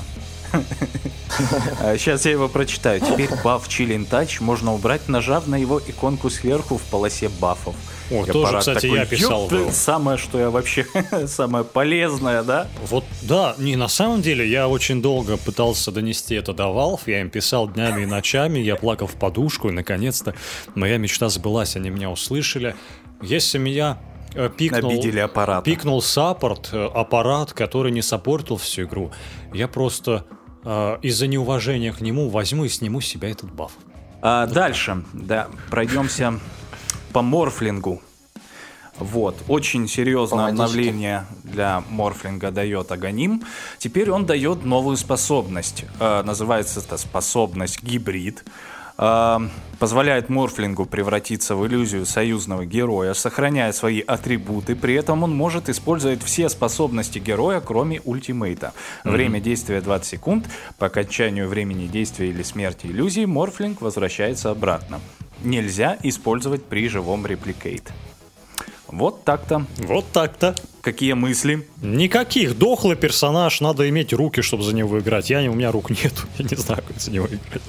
Сейчас я его прочитаю. Теперь баф Chilling Touch можно убрать, нажав на его иконку сверху в полосе бафов. О, тоже, кстати, такой, я писал. Ёп, самое, что я вообще, самое полезное, да? Вот, да, не, на самом деле, я очень долго пытался донести это до Valve, я им писал днями и ночами, я плакал в подушку, и, наконец-то, моя мечта сбылась, они меня услышали. Если меня э, пикнул, Обидели аппарат. пикнул саппорт, э, аппарат, который не саппортил всю игру, я просто э, из-за неуважения к нему возьму и сниму с себя этот баф. А, дальше, да, пройдемся по морфлингу. Вот, очень серьезное обновление для морфлинга дает Аганим. Теперь он дает новую способность. Э, называется это способность гибрид. Э, позволяет морфлингу превратиться в иллюзию союзного героя, сохраняя свои атрибуты. При этом он может использовать все способности героя, кроме ультимейта. Mm-hmm. Время действия двадцать секунд. По окончанию времени действия или смерти иллюзии морфлинг возвращается обратно. Нельзя использовать при живом репликейт. Вот так-то. Вот так-то. Какие мысли? Никаких. Дохлый персонаж, надо иметь руки, чтобы за него играть. Я, у меня рук нету, я не знаю, как за него играть.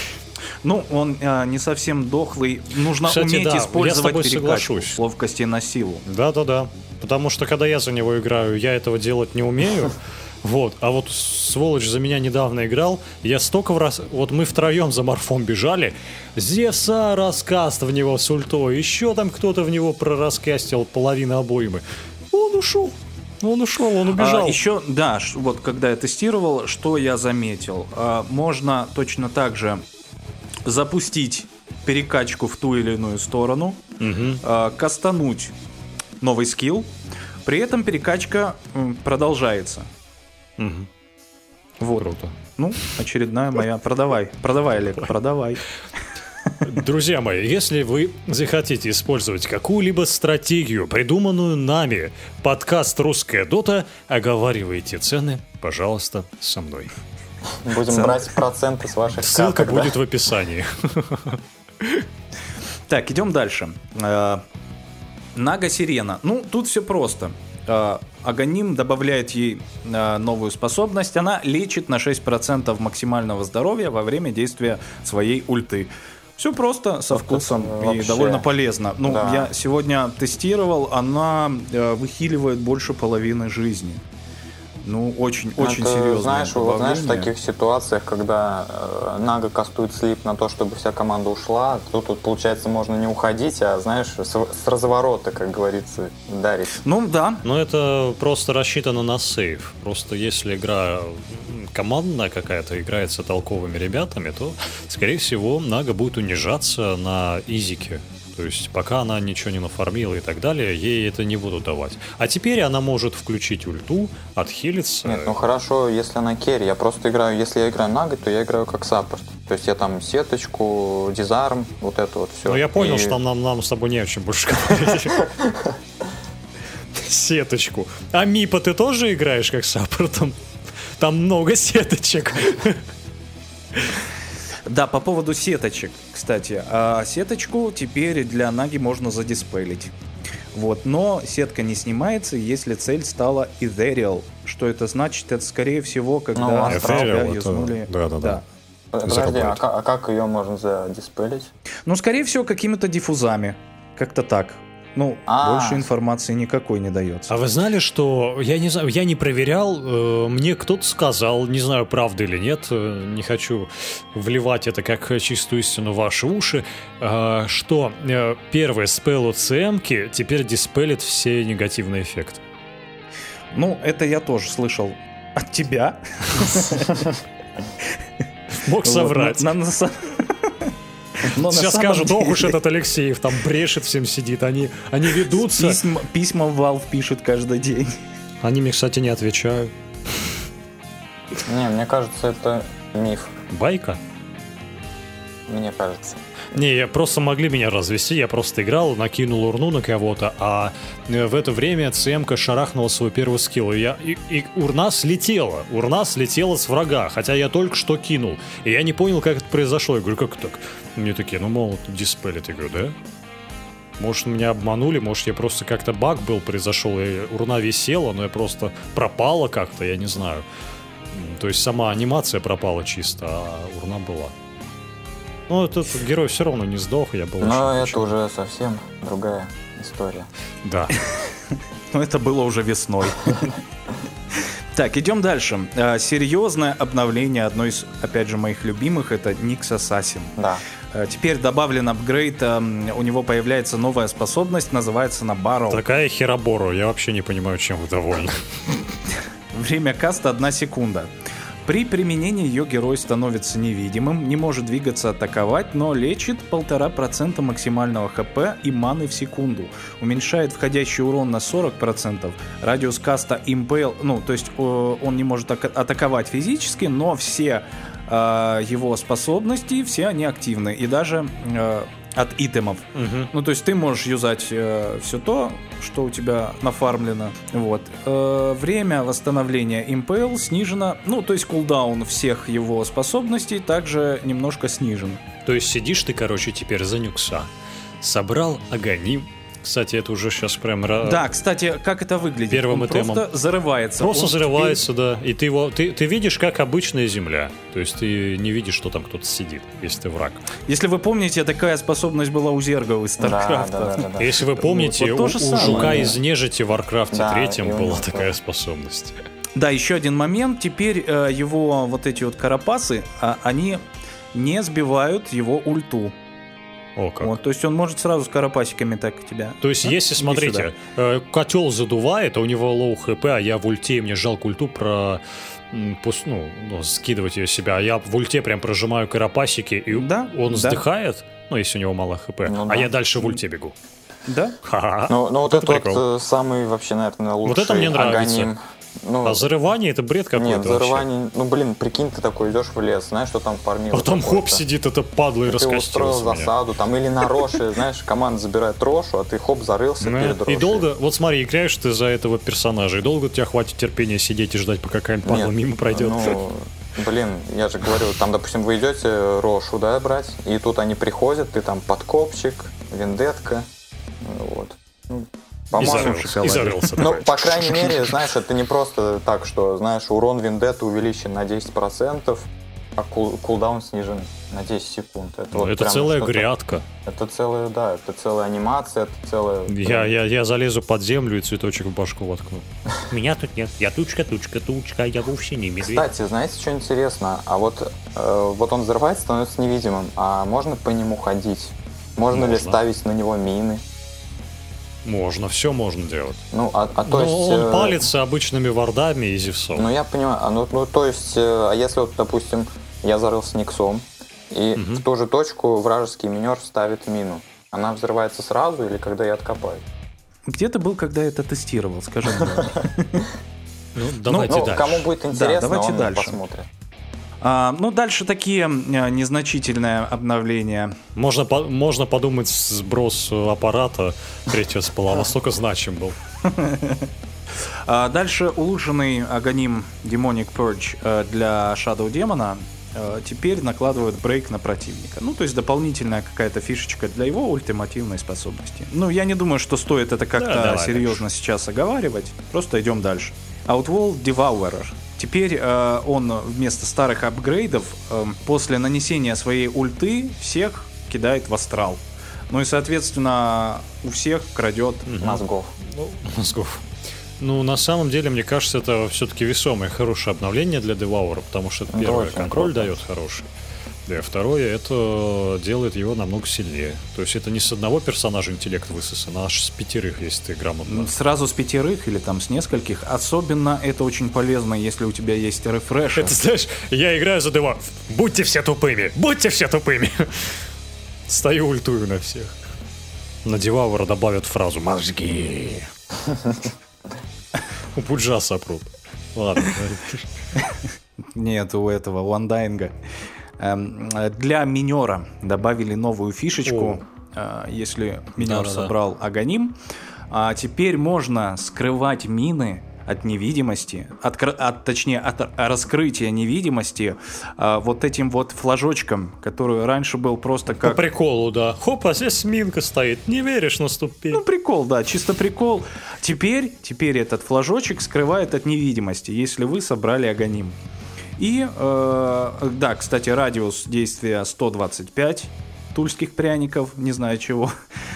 Ну, он а, не совсем дохлый. Нужно Кстати, уметь да, использовать перекачку соглашусь. ловкости на силу. Да-да-да. Потому что, когда я за него играю, я этого делать не умею. Вот, а вот сволочь за меня недавно играл, я столько в раз... Вот мы втроем за Морфом бежали, Зевса раскаст в него с ультой, еще там кто-то в него прораскастил половину обоймы. Он ушел, он ушел, он убежал. А, еще, да, ш, вот когда я тестировал, что я заметил, а, можно точно так же запустить перекачку в ту или иную сторону, угу. а, кастануть новый скилл, при этом перекачка м, продолжается. Угу. Вот. Круто. Ну, очередная моя. Продавай, продавай, Олег, продавай. Друзья мои, если вы захотите использовать какую-либо стратегию, придуманную нами, подкаст «Русская Дота», оговаривайте цены, пожалуйста, со мной. Будем Цен... брать проценты с ваших Ссылка карток, будет да? в описании. Так, идем дальше. Э, Нага Сирена. Ну, тут все просто. Э, Аганим добавляет ей э, новую способность. Она лечит на шесть процентов максимального здоровья во время действия своей ульты. Все просто, со вкусом и вообще, довольно полезно. Ну, да. я сегодня тестировал, она э, выхиливает больше половины жизни. Ну, очень, очень это, серьезно. Знаешь, вот, знаешь, в таких ситуациях, когда э, Нага кастует слип на то, чтобы вся команда ушла, то тут, получается, можно не уходить, а, знаешь, с, с разворота, как говорится, дарить. Ну, да. Но это просто рассчитано на сейв. Просто если игра командная какая-то, играется толковыми ребятами, то, скорее всего, Нага будет унижаться на изике. То есть пока она ничего не нафармила и так далее, ей это не будут давать. А теперь она может включить ульту, отхилиться. Нет, ну хорошо, если она керри. Я просто играю, если я играю Нагой, то я играю как саппорт. То есть я там сеточку, дизарм, вот это вот все. Ну я понял, и... что нам, нам с тобой не о чем больше говорить. Сеточку. А Мипа ты тоже играешь как саппортом? Там много сеточек. Да, по поводу сеточек, кстати. А сеточку теперь для Наги можно задиспелить. Вот, но сетка не снимается, если цель стала Ethereal. Что это значит? Это, скорее всего, когда Ну, тебя Ethereal, юзнули. это- да-да-да. Подожди, а, ка- а как ее можно задиспелить? Ну, скорее всего, какими-то диффузами. Как-то так. Ну, А. больше информации никакой не дается. А вы знали, что я не знаю, я не проверял, э, мне кто-то сказал, не знаю, правда или нет, э, не хочу вливать это как чистую истину в ваши уши, э, что э, первые спеллы ЦМ-ки теперь диспелят все негативные эффекты. Ну, это я тоже слышал от тебя. Мог соврать. Вот, на- на- на- Но на Сейчас самом скажут, ох деле уж этот Алексеев, там брешет всем сидит, они, они ведутся. Письма, письма в Valve пишет каждый день. Они мне, кстати, не отвечают. Не, мне кажется, это миф. Байка? Мне кажется. Не, я просто могли меня развести, я просто играл, накинул урну на кого-то, а э, в это время ЦМ-ка шарахнула свой первый скилл, и, я, и, и урна слетела, урна слетела с врага, хотя я только что кинул, и я не понял, как это произошло, я говорю, как так? Мне такие, ну, мол, диспелит, я говорю, да? Может, меня обманули, может, я просто как-то баг был, произошел, и урна висела, но я просто пропала как-то, я не знаю. То есть сама анимация пропала чисто, а урна была. Ну, этот герой все равно не сдох, я был Но очень это печален. уже совсем другая история. Да. Но это было уже весной. Так, идем дальше. А, серьезное обновление, одно из, опять же, моих любимых, это Nyx Assassin. Да. А, теперь добавлен апгрейд, а, у него появляется новая способность, называется на Барроw. Такая херобору, я вообще не понимаю, чем вы довольны. Время каста одна секунда. При применении ее герой становится невидимым, не может двигаться, атаковать, но лечит полтора процента максимального хп и маны в секунду. Уменьшает входящий урон на сорок процентов. Радиус каста Impale, ну, то есть э, он не может ака- атаковать физически, но все э, его способности, все они активны. И даже э, от итемов. Мгм. Ну, то есть ты можешь юзать э, все то, что у тебя нафармлено. Вот. Э, время восстановления Impale снижено. Ну, то есть кулдаун всех его способностей также немножко снижен. То есть сидишь ты, короче, теперь за нюкса. Собрал Аганим. Кстати, это уже сейчас прям... ра- Да, кстати, как это выглядит? Первым Он итемом. просто зарывается. Просто Он взрывается, да. И ты его... Ты, ты видишь, как обычная земля. То есть ты не видишь, что там кто-то сидит, если ты враг. теперь- Если вы помните, такая способность была у Зергова из Да, Старкрафта. да, да, да, да. Если вы помните, вот то у, же у самое. Жука из Нежити в Варкрафте Да, третьем и у была него такая тоже. способность. Да, еще один момент. Теперь э, его вот эти вот карапасы, а, они не сбивают его ульту. О, как. Вот, то есть он может сразу с карапасиками так тебя. То есть, А, если, иди смотрите, э, котел задувает, а у него лоу хп, а я в ульте, мне жалко ульту про... м, пус- Ну, ну, скидывать ее себя. А я в ульте прям прожимаю карапасики, и Да, он да. вздыхает, ну, если у него мало хп, Ну а да. я дальше в ульте бегу. Да? Ха-ха. Ну, ну вот Это это вот прикол. э, самый вообще, наверное, лучший это мне нравится. Аганим. Ну, А зарывание — это бред какой-то нет, вообще. зарывание, ну блин, прикинь, ты такой идешь в лес, знаешь, что там фармил. А там хоп сидит, это падла и Ты устроил раскостился меня. засаду, там или на Роше, знаешь, команда забирает Рошу, а ты хоп, зарылся Ну, перед Рошей. и долго, вот смотри, играешь ты за этого персонажа, и долго у тебя хватит терпения сидеть и ждать, пока какая-нибудь падла Нет, мимо пройдет. Ну, блин, я же говорю, там, допустим, вы идете Рошу, да, брать, и тут они приходят, ты там подкопчик, Вендетка. Вот. Ну, И по-моему, завелся, и завелся. ну, давай. по крайней мере, знаешь, это не просто так, что, знаешь, урон Вендетты увеличен на десять процентов, а кул- кулдаун снижен на десять секунд. Это, Ну, вот это прям целая что-то- грядка. Это целая, да, это целая анимация, это целая... Я, я, я залезу под землю и цветочек в башку воткну. Меня тут нет. Я тучка, тучка, тучка, я вовсе не медведь. Кстати, знаете, что интересно? А вот, э, вот он взрывается, становится невидимым. А можно по нему ходить? Можно, ли Можно. ставить на него мины? Можно, все можно делать. Ну, а, а то Но есть... он э, палится обычными вардами и зевсом. Ну, я понимаю. А, ну, ну, то есть, э, а если вот, допустим, я зарылся никсом, и Мгм. в ту же точку вражеский минер ставит мину, она взрывается сразу или когда я откопаю? Где ты был, когда я это тестировал, скажи мне. Ну, давайте ну, дальше. кому будет интересно, давайте он дальше. посмотрит. А, ну, дальше такие э, незначительные обновления. Можно, по- можно подумать, сброс аппарата третьего ствола настолько значим был. А, дальше улучшенный Аганим Demonic Purge э, для Shadow Демона э, теперь накладывают брейк на противника. Ну, то есть дополнительная какая-то фишечка для его ультимативной способности. Ну, я не думаю, что стоит это как-то Да, давай серьезно сейчас оговаривать. Просто идем дальше. Outwall Devourer. Теперь э, он вместо старых апгрейдов э, после нанесения своей ульты всех кидает в астрал. Ну и, соответственно, у всех крадет. Мозгов. Ну, мозгов. Ну, на самом деле, мне кажется, это все-таки весомое, хорошее обновление для Деваура, потому что это Это первое, очень контроль круто. дает хороший. Да, и второе, это делает его намного сильнее. То есть это не с одного персонажа интеллект высосан, а аж с пятерых, если ты грамотно. Сразу с пятерых или там с нескольких. Особенно это очень полезно, если у тебя есть рефреш. Это, знаешь, я играю за Деваур. Будьте все тупыми! Будьте все тупыми! Стою, ультую на всех. На Деваура добавят фразу «Мозги». У Пуджа сопрут. Ладно. Нет, у этого, у Андайнга. Эм, Для минера добавили новую фишечку. Э, Если минер Да-да-да. собрал Аганим, а теперь можно скрывать мины от невидимости, от, кр- от- точнее от раскрытия невидимости э, вот этим вот флажочком, который раньше был просто По как... приколу, да. Хоп, а здесь минка стоит. Не веришь, наступи. Ну, прикол, да, чисто прикол. Теперь, теперь этот флажочек скрывает от невидимости, если вы собрали Аганим. И, э, да, кстати, радиус действия сто двадцать пять тульских пряников, не знаю чего.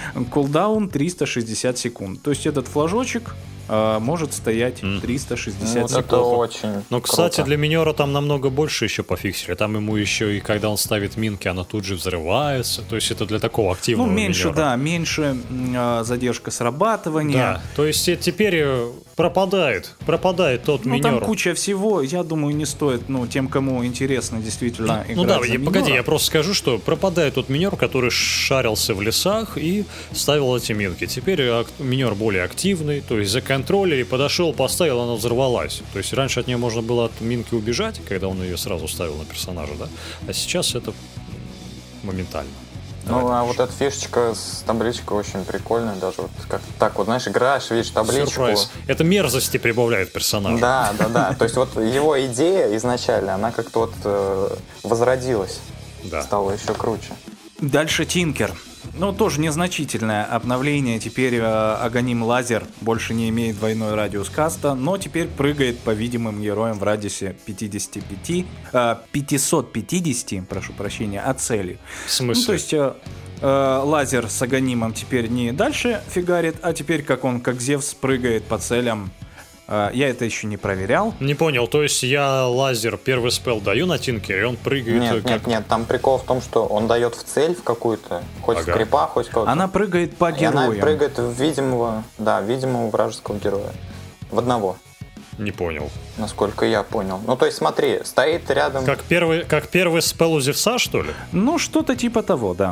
Кулдаун триста шестьдесят секунд. То есть этот флажочек э, может стоять триста шестьдесят Вот секунд. это очень Но, кстати, круто. для минера там намного больше еще пофиксили. Там ему еще и когда он ставит минки, она тут же взрывается. То есть это для такого активного Ну, меньше, минера. да, меньше м, э, задержка срабатывания. Да, то есть э, теперь э, пропадает, пропадает тот Ну, минер. там куча всего, я думаю, не стоит, ну, тем, кому интересно действительно играть Ну да, за я- погоди, минера. я просто скажу, что пропадает тот минер, который шарился в лесах и ставил эти минки. Теперь ак- минер более активный, то есть законтролили, подошел, поставил, она взорвалась. То есть раньше от нее можно было от минки убежать, когда он ее сразу ставил на персонажа, да? А сейчас это моментально. Ну, а вот эта фишечка с табличкой очень прикольная. Даже вот как так вот, знаешь, играешь, видишь табличку. Сюрприз. Это мерзости прибавляет персонажу. Да, да, да. То есть вот его идея изначально, она как-то вот э, возродилась. Да. Стала еще круче. Дальше Тинкер. Ну, тоже незначительное обновление. Теперь э, Аганим Лазер больше не имеет двойной радиус каста, но теперь прыгает по видимым героям в радиусе пятьдесят пять, э, пятьсот пятьдесят, прошу прощения, от цели. В смысле? Ну, то есть э, э, Лазер с Аганимом теперь не дальше фигарит, а теперь как он, как Зевс, прыгает по целям. Э, я это еще не проверял. Не понял, то есть я лазер, первый спел даю на Тинкере, и он прыгает Нет, э, как... нет, нет, там прикол в том, что он дает в цель в какую-то, хоть Ага. в крипа, хоть в кого-то. Она прыгает по И она героям. прыгает в видимого, да, видимого вражеского героя. В одного, Не понял. насколько я понял. Ну, то есть, смотри, стоит рядом... Как первый, как первый спел у Зевса, что ли? Ну, что-то типа того, да.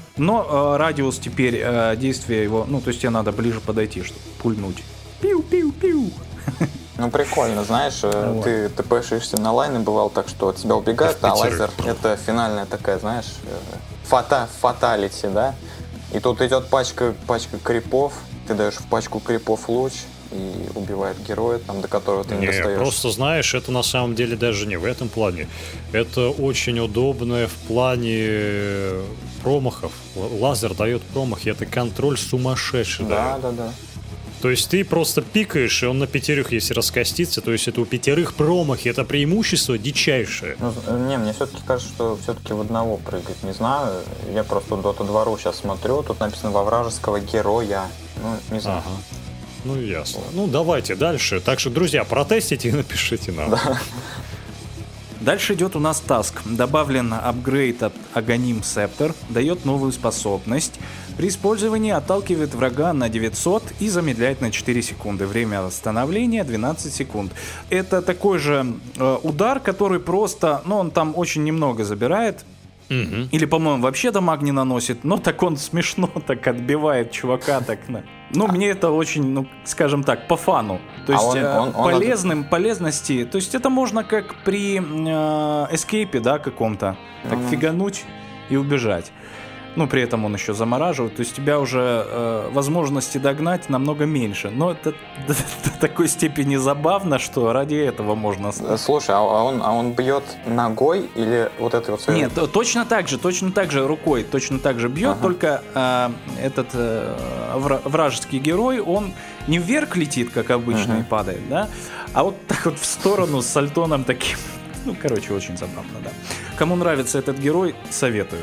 Но э, радиус теперь э, действия его, ну, то есть тебе надо ближе подойти, чтобы пульнуть. Пиу-пиу-пиу. Ну, прикольно, знаешь, э, Вот. ты тэпэшишься на лайны, бывал так, что от тебя убегают, а В пятерых. лазер — это финальная такая, знаешь, э, фата, фаталити, да? И тут идет пачка, пачка крипов, ты даешь в пачку крипов луч, и убивает героя, там, до которого ты не, Не, достаешь. просто знаешь, это на самом деле даже не в этом плане. Это очень удобное в плане э, промахов. Л- Лазер дает промахи, это контроль сумасшедший. Да, дает. да, да. То есть ты просто пикаешь, и он на пятерых, если раскостится, то есть это у пятерых промахи, это преимущество дичайшее. Ну, не, мне все-таки кажется, что все-таки в одного прыгать. Не знаю, я просто Dota два ру сейчас смотрю, тут написано во вражеского героя. Ну, не знаю. Ага. Ну, ясно. Ну, давайте дальше. Так что, друзья, протестите и напишите нам. Да. Дальше идет у нас таск. Добавлен апгрейд от Aghanim Scepter, дает новую способность. При использовании отталкивает врага на девятьсот и замедляет на четыре секунды. Время восстановления двенадцать секунд. Это такой же э, удар, который просто, ну, он там очень немного забирает. Мгм. Или, по-моему, вообще дамаг не наносит, но так он смешно так отбивает чувака. Так, на- ну, мне это очень, ну, скажем так, по фану. То А есть он- э, он- он полезным, полезности. То есть это можно как при э, эскейпе, да, каком-то, так Мгм. фигануть и убежать. Ну, при этом он еще замораживает. То есть у тебя уже э, возможности догнать намного меньше. Но это до, до такой степени забавно, что ради этого можно... с- Слушай, а а он, а он бьет ногой или вот этой вот своей- Нет, то- точно так же, точно так же рукой, точно так же бьет, Ага. только э, этот э, вра- вражеский герой, он не вверх летит, как обычно, Мгм. и падает, да, а вот так вот в сторону с сальтоном таким. Ну, короче, очень забавно, да. Кому нравится этот герой, советую.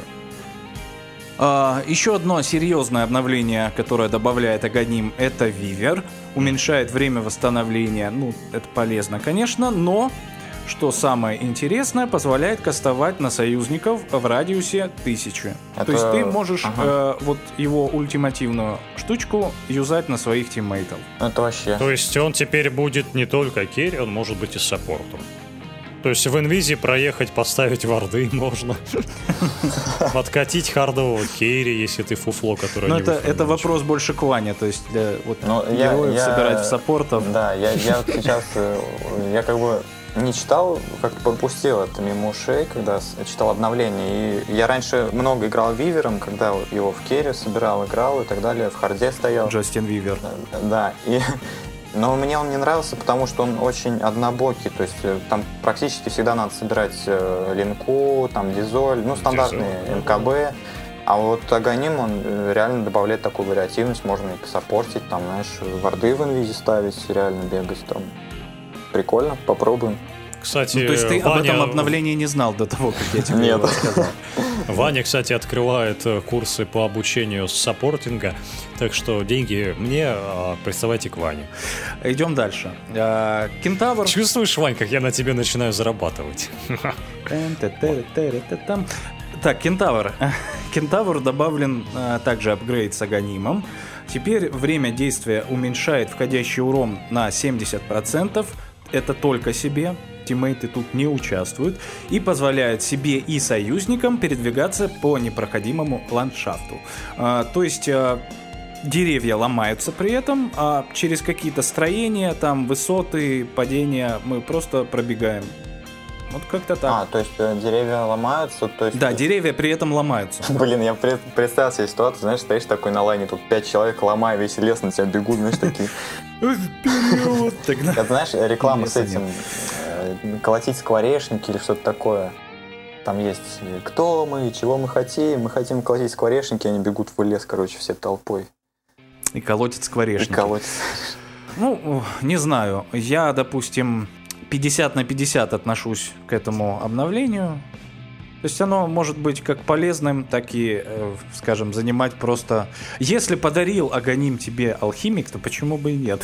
А, еще одно серьезное обновление, которое добавляет Aghanim, это Вивер. Уменьшает время восстановления. Ну, это полезно, конечно, но, что самое интересное, позволяет кастовать на союзников в радиусе тысячи. Это- То есть ты можешь ага. э, вот его ультимативную штучку юзать на своих тиммейтов. Это вообще. То есть он теперь будет не только керри, он может быть и саппортом. То есть в инвизе проехать, поставить варды можно. Подкатить хардового керри, если ты фуфло, которое Но не это, выходит это на вопрос больше к Ване, то есть для вот Ну, я- героев я- собирать в саппортов. Да, я, я вот сейчас, э, я как бы не читал, как-то пропустил это мимо ушей, когда с- читал обновление. И я раньше много играл Вивером, когда его в керри собирал, играл и так далее, в харде стоял. Джастин Вивер. Да, и, но мне он не нравился, потому что он очень однобокий, то есть э, там практически всегда надо собирать э, линку, там дизоль, ну стандартные Дизоль, эм ка бэ, а вот Aghanim, он э, реально добавляет такую вариативность, можно и посаппортить, там, знаешь, варды в инвизе ставить, реально бегать там. Прикольно, попробуем. Кстати, Ну, то есть ты об Ваня, этом обновлении не знал до того, как я тебе Нет. его рассказал. Ваня, кстати, открывает э, курсы по обучению саппортинга, так что деньги мне, а приставайте к Ване. Идем дальше. А, Кентавр. Чувствуешь, Вань, как я на тебе начинаю зарабатывать? Там. Так, Кентавр. Кентавр добавлен а, также апгрейд с Агонимом. Теперь время действия уменьшает входящий урон на семьдесят процентов. Это только себе. Тиммейты тут не участвуют. И позволяет себе и союзникам передвигаться по непроходимому ландшафту. А, то есть... а, деревья ломаются при этом, а через какие-то строения, там, высоты, падения мы просто пробегаем. Вот как-то так. А, то есть э, деревья ломаются, то есть... Да, деревья при этом ломаются. Блин, я пред- представил себе ситуацию, знаешь, стоишь такой на лайне, тут пять человек, ломая весь лес, на тебя бегут, знаешь, такие... Вперед! Тогда- Это, знаешь, реклама с Леса этим, э, колотить скворечники или что-то такое. Там есть э, кто мы, чего мы хотим, мы хотим колотить скворечники, они бегут в лес, короче, все толпой. И колотит И скворечники. колотят. Ну, не знаю. Я, допустим, пятьдесят на пятьдесят отношусь к этому обновлению. То есть оно может быть как полезным, так и, э, скажем, занимать просто... Если подарил Агоним тебе алхимик, то почему бы и нет?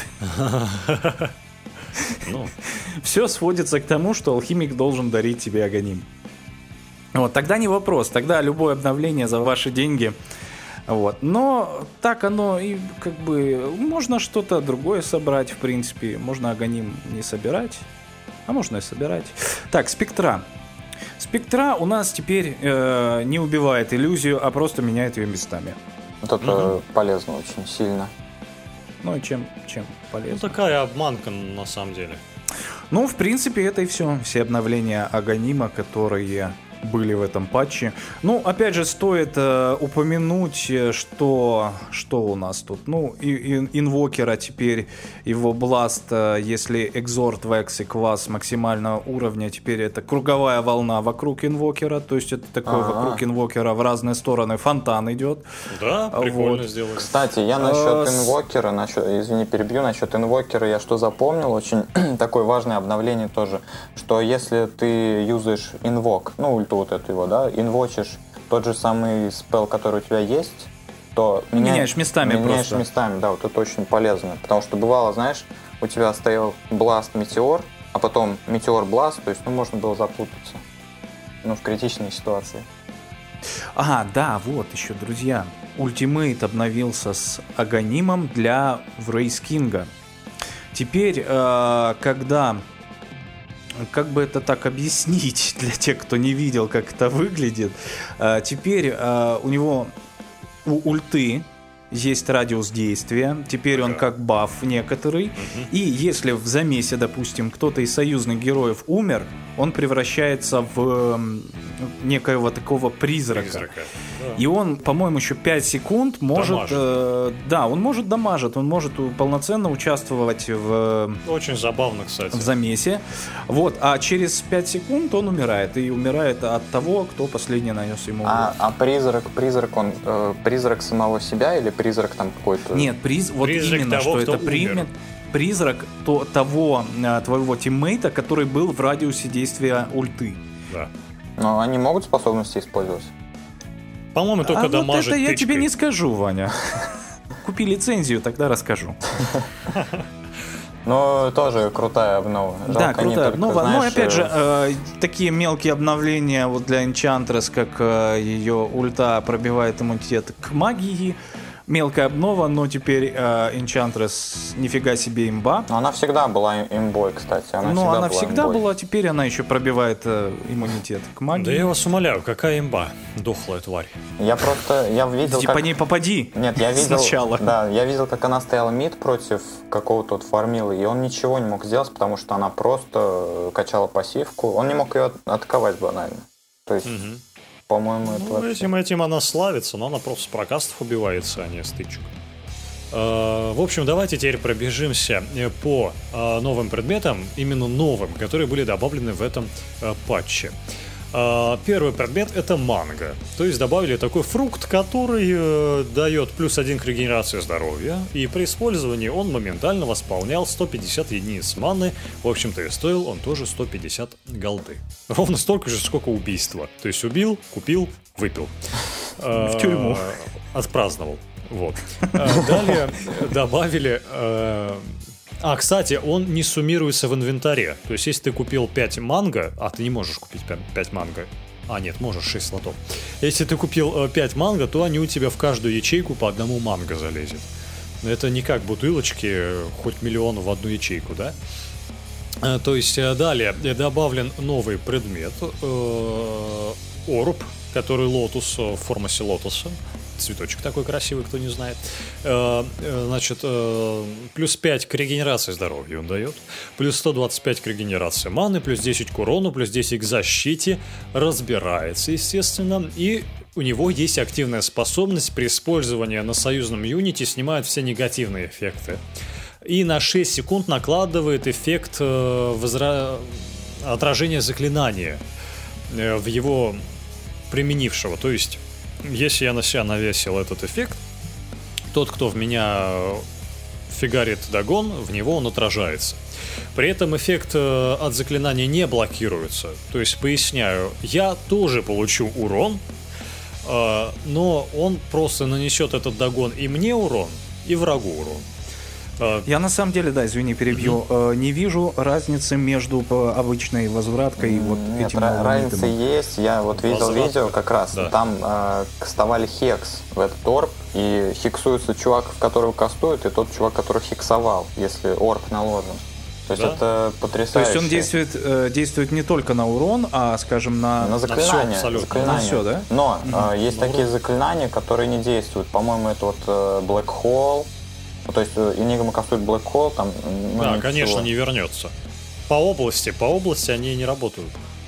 Ну, Все сводится к тому, что алхимик должен дарить тебе Агоним. Вот, тогда не вопрос. Тогда любое обновление за ваши деньги. Вот. Но так оно и как бы... Можно что-то другое собрать, в принципе. Можно Агоним не собирать, а можно и собирать. Так, спектра. Спектра у нас теперь э, не убивает иллюзию, а просто меняет ее местами. Вот это полезно очень сильно. Ну и чем, чем ну, полезно? такая обманка на самом деле. Ну, в принципе, это и все. Все обновления Агонима, которые были в этом патче. Ну, опять же, стоит э, упомянуть, что, что у нас тут. Ну, и, и, инвокера теперь, его бласт, э, если экзорт в эксе класс максимального уровня, теперь это круговая волна вокруг инвокера, то есть это такой А-а-а. вокруг инвокера в разные стороны фонтан идет. Да, прикольно Вот. сделали. Кстати, я насчет А, с- инвокера, насчет, извини, перебью, насчет инвокера я что запомнил, очень такое важное обновление тоже, что если ты юзаешь инвок, ну, ульту вот эту его, да, инвочишь тот же самый спелл, который у тебя есть, то меня- Меняешь местами меняешь просто. местами, да, вот это очень полезно, потому что бывало, знаешь, у тебя стоял бласт метеор, а потом метеор бласт, то есть, ну, можно было запутаться, ну, в критичной ситуации. Ага, да, вот еще, друзья. Ультимейт обновился с Аганимом для Врейс Кинга. Теперь, э, когда... Как бы это так объяснить для тех, кто не видел, как это выглядит. Э, теперь э, у него у ульты есть радиус действия. Теперь он как баф некоторый. И если в замесе, допустим, кто-то из союзных героев умер, он превращается в м, некоего такого призрака. Призрака. Да. И он, по-моему, еще пять секунд может... Дамажит. э, да, он может дамажить, он может у- полноценно участвовать в, Очень забавно, кстати. в замесе. Вот, а через пять секунд он умирает. И умирает от того, кто последний нанес ему урон. А, а призрак, призрак, он э, призрак самого себя или призрак там какой-то? Нет, приз... вот Призрак именно, того, что кто это примет... Призрак то, того э, твоего тиммейта, который был в радиусе действия ульты. Да. Но они могут способности использовать? По-моему, только а вот дамажит это я тычкой. тебе не скажу, Ваня. Купи лицензию, тогда расскажу. Ну, тоже крутая обнова. Да, Жалко, они крутая только, обнова. Но знаешь, опять же, э, э, такие мелкие обновления вот для Enchantress, как э, ее ульта пробивает иммунитет к магии. Мелкая обнова, но теперь э, Enchantress нифига себе имба. Но она всегда была имбой, кстати. Она Но всегда она была всегда имбой. была, теперь она еще пробивает э, иммунитет к магии. Да я вас умоляю, какая имба, дохлая тварь. Я просто, я видел, Иди как... по ней попади. Нет, я видел, Сначала. да, я видел, как она стояла мид против какого-то вот фармила, и он ничего не мог сделать, потому что она просто качала пассивку. Он не мог ее от- атаковать банально. То есть, по-моему, это Ну, вообще... этим, этим она славится, но она просто с прокастов убивается, а не с тычек. Э, В общем, давайте теперь пробежимся э, по э, новым предметам, именно новым, которые были добавлены в этом э, патче. Э, Первый предмет — это манго. То есть добавили такой фрукт, который э, дает плюс один к регенерации здоровья, и при использовании он моментально восполнял сто пятьдесят единиц маны. В общем-то, и стоил он тоже сто пятьдесят голды. Ровно столько же, сколько убийства. То есть убил, купил, выпил. В тюрьму. Э, Отпраздновал. Вот. Э, Далее добавили... э, А, кстати, он не суммируется в инвентаре. То есть, если ты купил пять манго, а ты не можешь купить пять манго. А, нет, можешь шесть слотов. Если ты купил э, пять манго, то они у тебя в каждую ячейку по одному манго залезет. Это не как бутылочки, э, хоть миллион в одну ячейку, да? Э, То есть, э, далее э, добавлен новый предмет. э, Орб, который лотус, э, в формасе лотоса. Цветочек такой красивый, кто не знает. Э, э, Значит, э, плюс пять к регенерации здоровья он дает. Плюс сто двадцать пять к регенерации маны. Плюс десять к урону. Плюс десять к защите. Разбирается, естественно. И у него есть активная способность при использовании на союзном юните снимает все негативные эффекты. И на шесть секунд накладывает эффект э, возра... отражения заклинания э, в его применившего. То есть, если я на себя навесил этот эффект, тот, кто в меня фигарит догон, в него он отражается. При этом эффект э, от заклинания не блокируется. То есть, поясняю, я тоже получу урон, э, но он просто нанесет этот догон и мне урон, и врагу урон. Э, Я на самом деле, да, извини, перебью, э, не вижу разницы между э, обычной возвраткой и вот Нет, этим ра- новым разница итемом. есть. Я вот видел Возврат. видео как раз. Да. Там э, вставали хекс в этот орб, и хексуется чувак, в которого кастует, и тот чувак, который хексовал, если орб наложен. То есть Да. это То потрясающе. есть он действует, э, действует не только на урон, а, скажем, на... На заклинания. абсолютно. заклинания. На всё, да? Но э, есть На такие урон. заклинания, которые не действуют. По-моему, это вот э, Black Hole. Ну, то есть э, Enigma кастует Black Hole, там... ну, да, ничего. конечно, не вернется. По области, по области они не работают.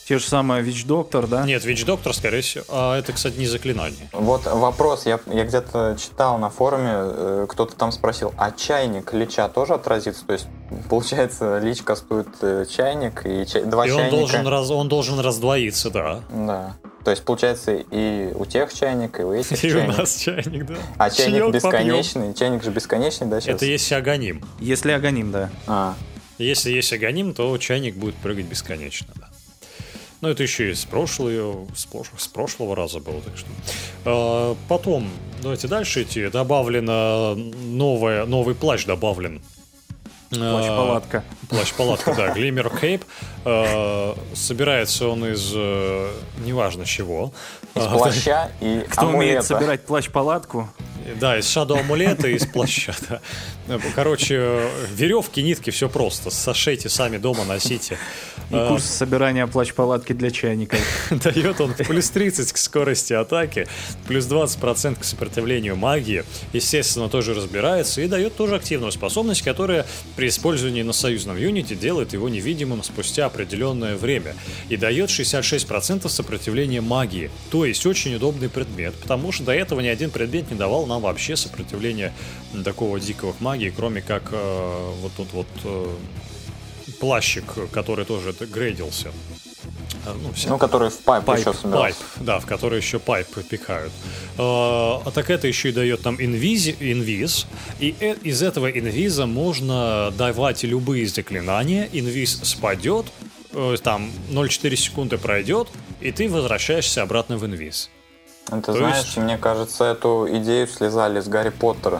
Те же самые Witch Doctor, да? Нет, Witch Doctor, скорее всего. А это, кстати, не заклинание. Вот вопрос. Я, я где-то читал на форуме, э, кто-то там спросил, а чайник лича тоже отразится? То есть, получается, лич кастует э, чайник, и чай, два и чайника... он должен, раз, он должен раздвоиться, да. Да. То есть, получается, и у тех чайник, и у этих И чайник. у нас чайник, да. А чайник Чаек бесконечный? попьем. Чайник же бесконечный, да, сейчас? Это если аганим. Если аганим, да. А, Если есть аганим, то чайник будет прыгать бесконечно, да. Но это еще и с прошлого, с прошлого, с прошлого раза было, так что. А, потом, давайте дальше идти. Добавлено новое, новый плащ добавлен. Плащ-палатка. Плащ-палатка, да. Glimmer Cape. А, собирается он из э, неважно чего. из плаща и Кто умеет амулета. собирать плащ-палатку? Да, из Shadow амулета и из плаща, да. Короче, веревки, нитки, все просто. Сошейте сами дома, носите. И курс собирания плащ-палатки для чайников. Дает он плюс тридцать к скорости атаки, плюс двадцать процентов к сопротивлению магии. Естественно, тоже разбирается и дает тоже активную способность, которая при использовании на союзном юните делает его невидимым спустя определенное время. И дает шестьдесят шесть процентов сопротивления магии. То есть очень удобный предмет, потому что до этого ни один предмет не давал нам вообще сопротивления такого дикого к магии, кроме как э, вот тут вот э, плащик, который тоже это грейдился. Ну, вся... ну, который в пайп, Пайп, еще собирался. Пайп, да, в который еще пайп пихают. А, а так это еще и дает нам инвиз, инвиз. И э, из этого инвиза можно давать любые заклинания. Инвиз спадет, э, там ноль целых четыре секунды пройдет, и ты возвращаешься обратно в инвиз. Ты То знаешь, есть- мне кажется, эту идею слезали с Гарри Поттера.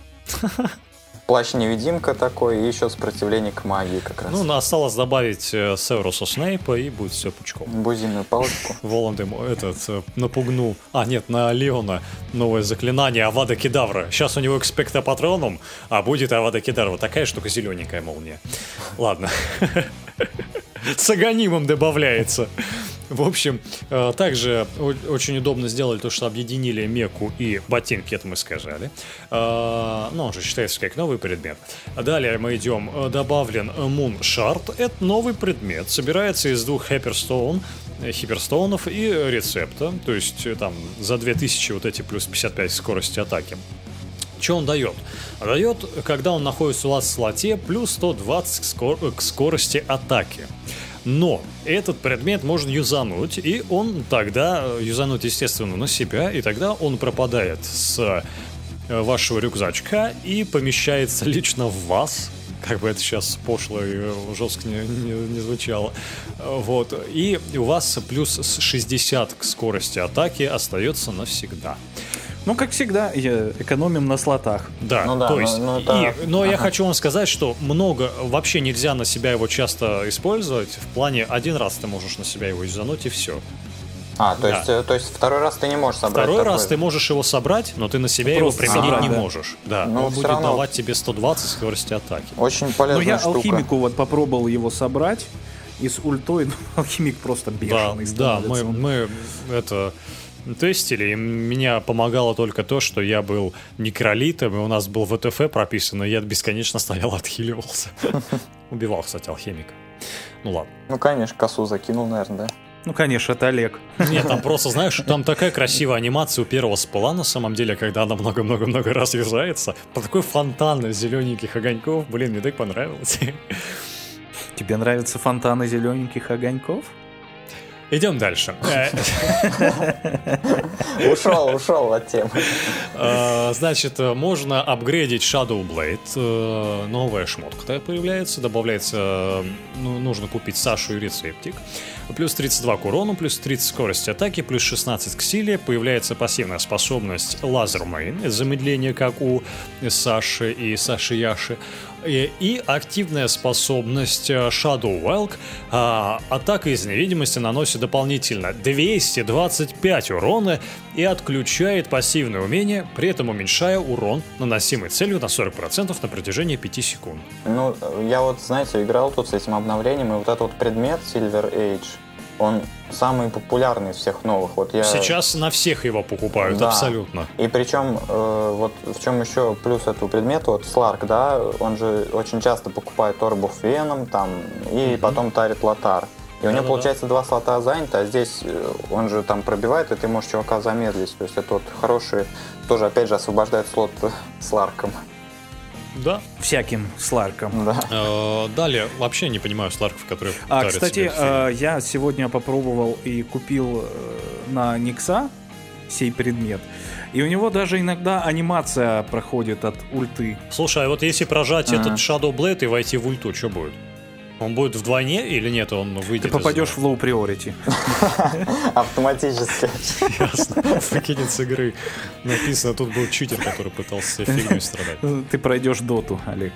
Плащ-невидимка такой, и еще сопротивление к магии как раз. Ну, осталось добавить э, Северуса Снейпа, и будет все пучком. Бузинную палочку. Волан-де-Мор этот э, напугнул. А, нет, на Леона новое заклинание Авада Кедавра. Сейчас у него экспекта патроном, а будет Авада Кедавра. Такая штука зелененькая молния. Ладно. С аганимом добавляется. В общем, э, также о- очень удобно сделали то, что объединили меку и ботинки, это мы сказали. Э, ну, он же считается как новый предмет. Далее мы идем, э, добавлен Moon Shard. Это новый предмет. Собирается из двух Hyperstone, э, хиперстоунов и рецепта. То есть э, там за две тысячи вот эти плюс пятьдесят пять скорости атаки. Что он дает? Дает, когда он находится у вас в слоте, плюс сто двадцать к, скор- к скорости атаки. Но этот предмет можно юзануть, и он тогда, юзануть, естественно, на себя, и тогда он пропадает с вашего рюкзачка и помещается лично в вас. Как бы это сейчас пошло и жестко не, не, не звучало. Вот. И у вас плюс шестьдесят к скорости атаки остается навсегда. Ну, как всегда, я- экономим на слотах. Да, Ну да, то ну- есть, ну это- и, но я ага. хочу вам сказать, что много, вообще нельзя на себя его часто использовать, в плане один раз ты можешь на себя его юзануть и все. А, то Да. есть, э, то есть второй раз ты не можешь собрать Второй такой. раз ты можешь его собрать, но ты на себя Ну, его просто применить собрать, не да. можешь. Да, Ну, он всё будет равно. давать тебе сто двадцать скорости атаки. Очень Но полезная я штука. алхимику вот попробовал его собрать, и с ультой, ну, алхимик просто Да, бешеный да, мы, становится. мы это тестили, и меня помогало только то, что я был некролитом, и у нас был вэ тэ эф прописан, и я бесконечно стоял, отхиливался. Убивал, кстати, алхимика. Ну ладно. Ну, конечно, косу закинул, наверное, да? Ну, конечно, это Олег. Нет, там просто, знаешь, там такая красивая анимация у первого спала, на самом деле, когда она много-много-много раз юзается. По такой фонтан из зелененьких огоньков. Блин, мне так понравилось. Тебе нравятся фонтаны зелененьких огоньков? Идем дальше. Ушел, ушел от темы. Э, Значит, э, можно апгрейдить Shadow Blade. э, Новая шмотка появляется. Добавляется, э, ну, нужно купить Сашу и рецептик. Плюс тридцать два к урону, плюс тридцать скорости атаки, плюс шестнадцать к силе. Появляется пассивная способность Laser Main. Замедление, как у Саши и Саши Яши. И, и активная способность э, Shadow Welk. А, атака из невидимости наносит дополнительно двести двадцать пять урона и отключает пассивное умение, при этом уменьшая урон, наносимый целью на сорок процентов на протяжении пяти секунд. Ну, я вот, знаете, играл тут с этим обновлением, и вот этот вот предмет Silver Age, он самый популярный из всех новых. Вот я... Сейчас на всех его покупают, Да. абсолютно. И причем, э, вот в чем еще плюс этого предмета, вот Сларк, да, он же очень часто покупает Orb of Venom там, и потом тарит Лотар. И у него, Да-да-да. получается, два слота заняты, а здесь э, он же там пробивает, и ты можешь чувака замедлить. То есть это вот хороший, тоже, опять же, освобождает слот с Ларком. Да. Всяким сларком. Да. Э, Далее, вообще не понимаю сларков, которые А, дарят кстати, себе фильм. э, я сегодня попробовал и купил э, на Никса сей предмет. И у него даже иногда анимация проходит от ульты. Слушай, а вот если прожать Ага. этот Shadow Blade и войти в ульту, что будет? Он будет вдвойне или нет? Он выйдет Ты из- попадешь в low priority. Автоматически. Ясно. Выкинет с игры. Написано, тут был читер, который пытался фигней страдать. Ты пройдешь доту, Олег.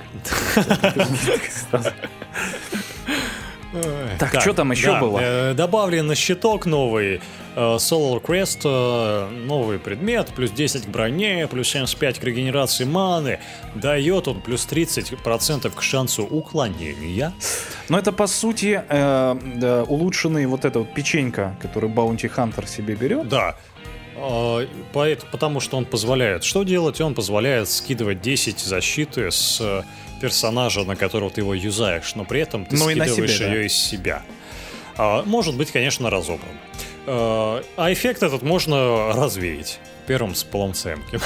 Так, что там еще да, было? э, добавлен щиток новый, э, Solar Crest, э, новый предмет, плюс десять к броне, плюс семьдесят пять к регенерации маны. Дает он плюс тридцать процентов к шансу уклонения. Но это, по сути, э, да, улучшенный вот эта вот печенька, которую Bounty Hunter себе берет. Да. Э, поэт- Потому что он позволяет что делать? Он позволяет скидывать десять защиты с э, персонажа, на которого ты его юзаешь, но при этом ты Ну и на скидываешь себе, да. ее из себя. А, Может быть, конечно, разобран. Э, А эффект этот можно развеять первым спалом цемки.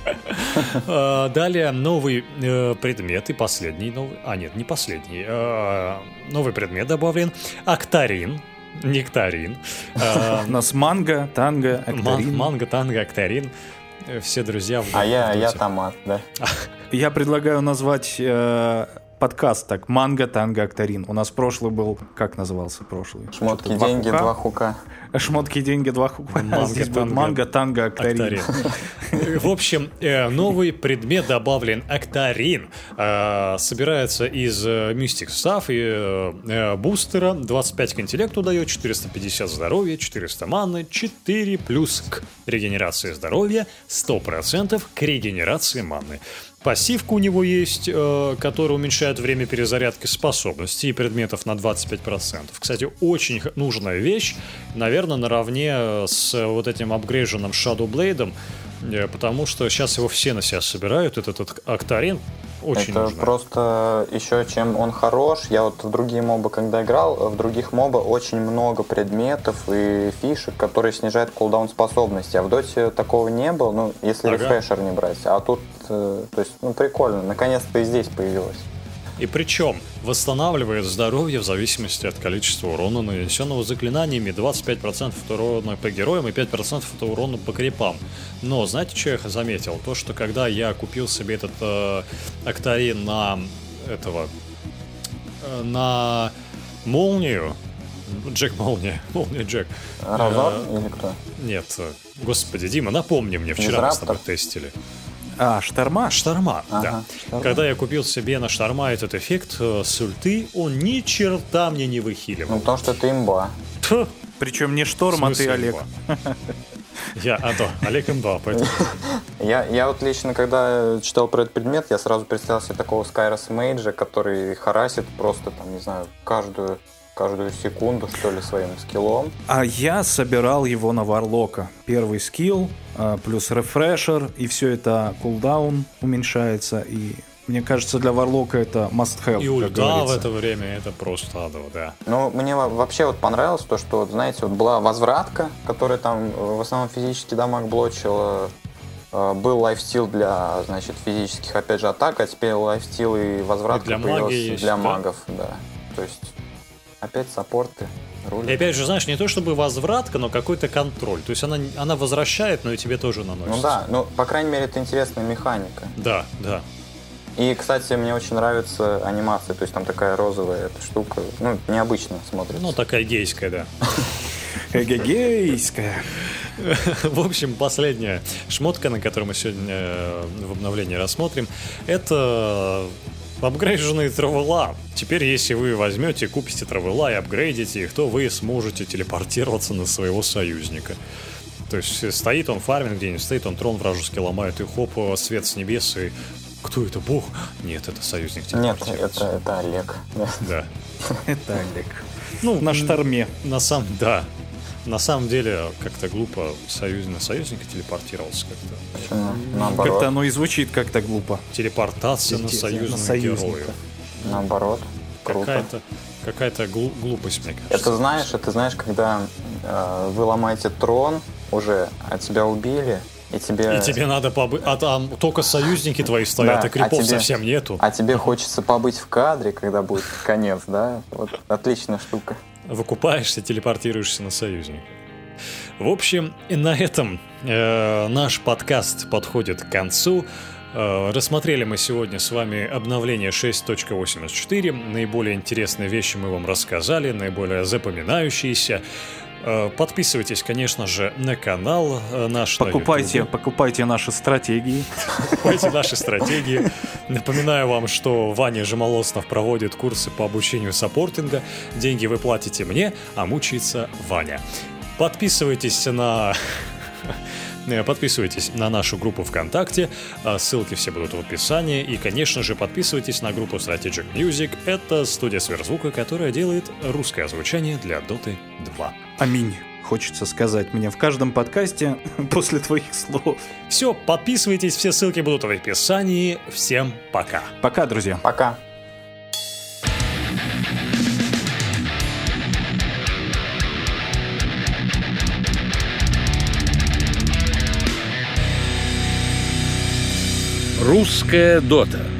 Э, Далее новый э, предмет и последний новый... А, нет, не последний. Э, Новый предмет добавлен. Актарин. Нектарин. Э, У нас манго, танго, Ман- актарин. Манго, танго, актарин. Э, Все друзья в А я, в я доте. томат, да. Я предлагаю назвать э, подкаст так: манго, танго, актарин. У нас прошлый был, как назывался прошлый? Шмотки, Что-то два деньги, хука. два хука. Шмотки, деньги, два хука. Манго, Здесь будет танго, манго, танго, актарин. Актарин. В общем, э, новый предмет добавлен Актарин. Э, Собирается из э, Mystic Staff и э, э, бустера. двадцать пять к интеллекту дает, четыреста пятьдесят здоровья, четыреста маны, четыре плюс к регенерации здоровья, сто процентов к регенерации маны. Пассивка у него есть, э, которая уменьшает время перезарядки способностей и предметов на двадцать пять процентов. Кстати, очень х- нужная вещь, наверное, наравне с вот этим апгрейженным Shadow Blade'ом, э, потому что сейчас его все на себя собирают, этот, этот Актарин очень Это нужно. просто еще чем он хорош. Я вот в другие мобы, когда играл, в других мобах очень много предметов и фишек, которые снижают кулдаун способности. А в доте такого не было, ну, если Ага. рефрешер не брать. А тут, э, то есть, ну, прикольно. Наконец-то и здесь появилось. И причем восстанавливает здоровье в зависимости от количества урона, нанесенного заклинаниями, двадцать пять процентов от урона по героям и пять процентов от урона по крипам. Но знаете, что я заметил? То, что когда я купил себе этот э, Актарин на этого э, на молнию, Джек Молния, Молния Джек. Разор Э, или кто? Нет, э, господи, Дима, напомни мне, вчера мы с тобой Мизраптор? тестили. А, шторма? Шторма, Ага, да. шторма. Когда я купил себе на шторма этот эффект э, с ульты, он ни черта мне не выхиливал. Ну, потому что это имба. Тьфу, Причем не в шторм, а ты, смысле Олег. имба? Я, а то, Олег имба, поэтому... Я, я вот лично, когда читал про этот предмет, я сразу представил себе такого Скайрос Мейджа, который харасит просто, там, не знаю, каждую, каждую секунду, что ли, своим скиллом. А я собирал его на Варлока. Первый скилл, а, плюс рефрешер, и все это кулдаун уменьшается. И мне кажется, для Варлока это must-have, И как ульта в говорится. это время, это просто адово, да. Но мне во- вообще вот понравилось то, что, вот, знаете, вот была возвратка, которая там э, в основном физический дамаг блочила. Э, Был лайфстил для, значит, физических, опять же, атак, а теперь лайфстил и возвратка И для появилась магии есть, для да? магов, да. То есть опять саппорты И рулят. опять же, знаешь, не то чтобы возвратка, но какой-то контроль. То есть она, она возвращает, но и тебе тоже наносит. Ну да, ну, по крайней мере, это интересная механика. Да, да. И, кстати, мне очень нравится анимация, то есть там такая розовая эта штука, ну, необычно смотрится. Ну, такая гейская, да. Эгегейская. В общем, последняя шмотка, на которую мы сегодня э, в обновлении рассмотрим, это апгрейдженные травела. Теперь, если вы возьмете, купите травела и апгрейдите их, то вы сможете телепортироваться на своего союзника. То есть стоит он фарминг где-нибудь, стоит он трон вражеский ломает, и хоп, свет с небес, и кто это, бог? Нет, это союзник Нет, телепортируется. это, это Олег. Да. Это Олег. Ну, На шторме. На самом, да. На самом деле, как-то глупо союз... на союзника телепортировался как-то. Почему? Наоборот. Как-то оно и звучит как-то глупо. Телепортация на Естественно, союзных на союзника. героев. Наоборот. Круто. Какая-то какая-то глу- глупость, мне кажется. Это знаешь, это знаешь, когда э, вы ломаете трон уже, а тебя убили, и тебе... И тебе надо побыть... А там только союзники твои стоят, Да, а крипов а тебе- совсем нету. А тебе хочется побыть в кадре, когда будет конец, да? Вот отличная штука. Выкупаешься, телепортируешься на союзника. В общем, и на этом э, наш подкаст подходит к концу. Э, рассмотрели мы сегодня с вами обновление шесть точка восемьдесят четыре. Наиболее интересные вещи мы вам рассказали, наиболее запоминающиеся. Э, подписывайтесь, конечно же, на канал э, наш Покупайте, на покупайте наши стратегии. Покупайте наши стратегии. Напоминаю вам, что Ваня Жемолоснов проводит курсы по обучению саппортинга. Деньги вы платите мне, а мучается Ваня. Подписывайтесь на... Подписывайтесь на нашу группу ВКонтакте, ссылки все будут в описании. И, конечно же, подписывайтесь на группу Strategic Music. Это студия сверхзвука, которая делает русское озвучание для Доты два. Аминь. Хочется сказать мне в каждом подкасте после твоих слов. Все, подписывайтесь, все ссылки будут в описании. Всем пока. Пока, друзья. Пока. Русская дота.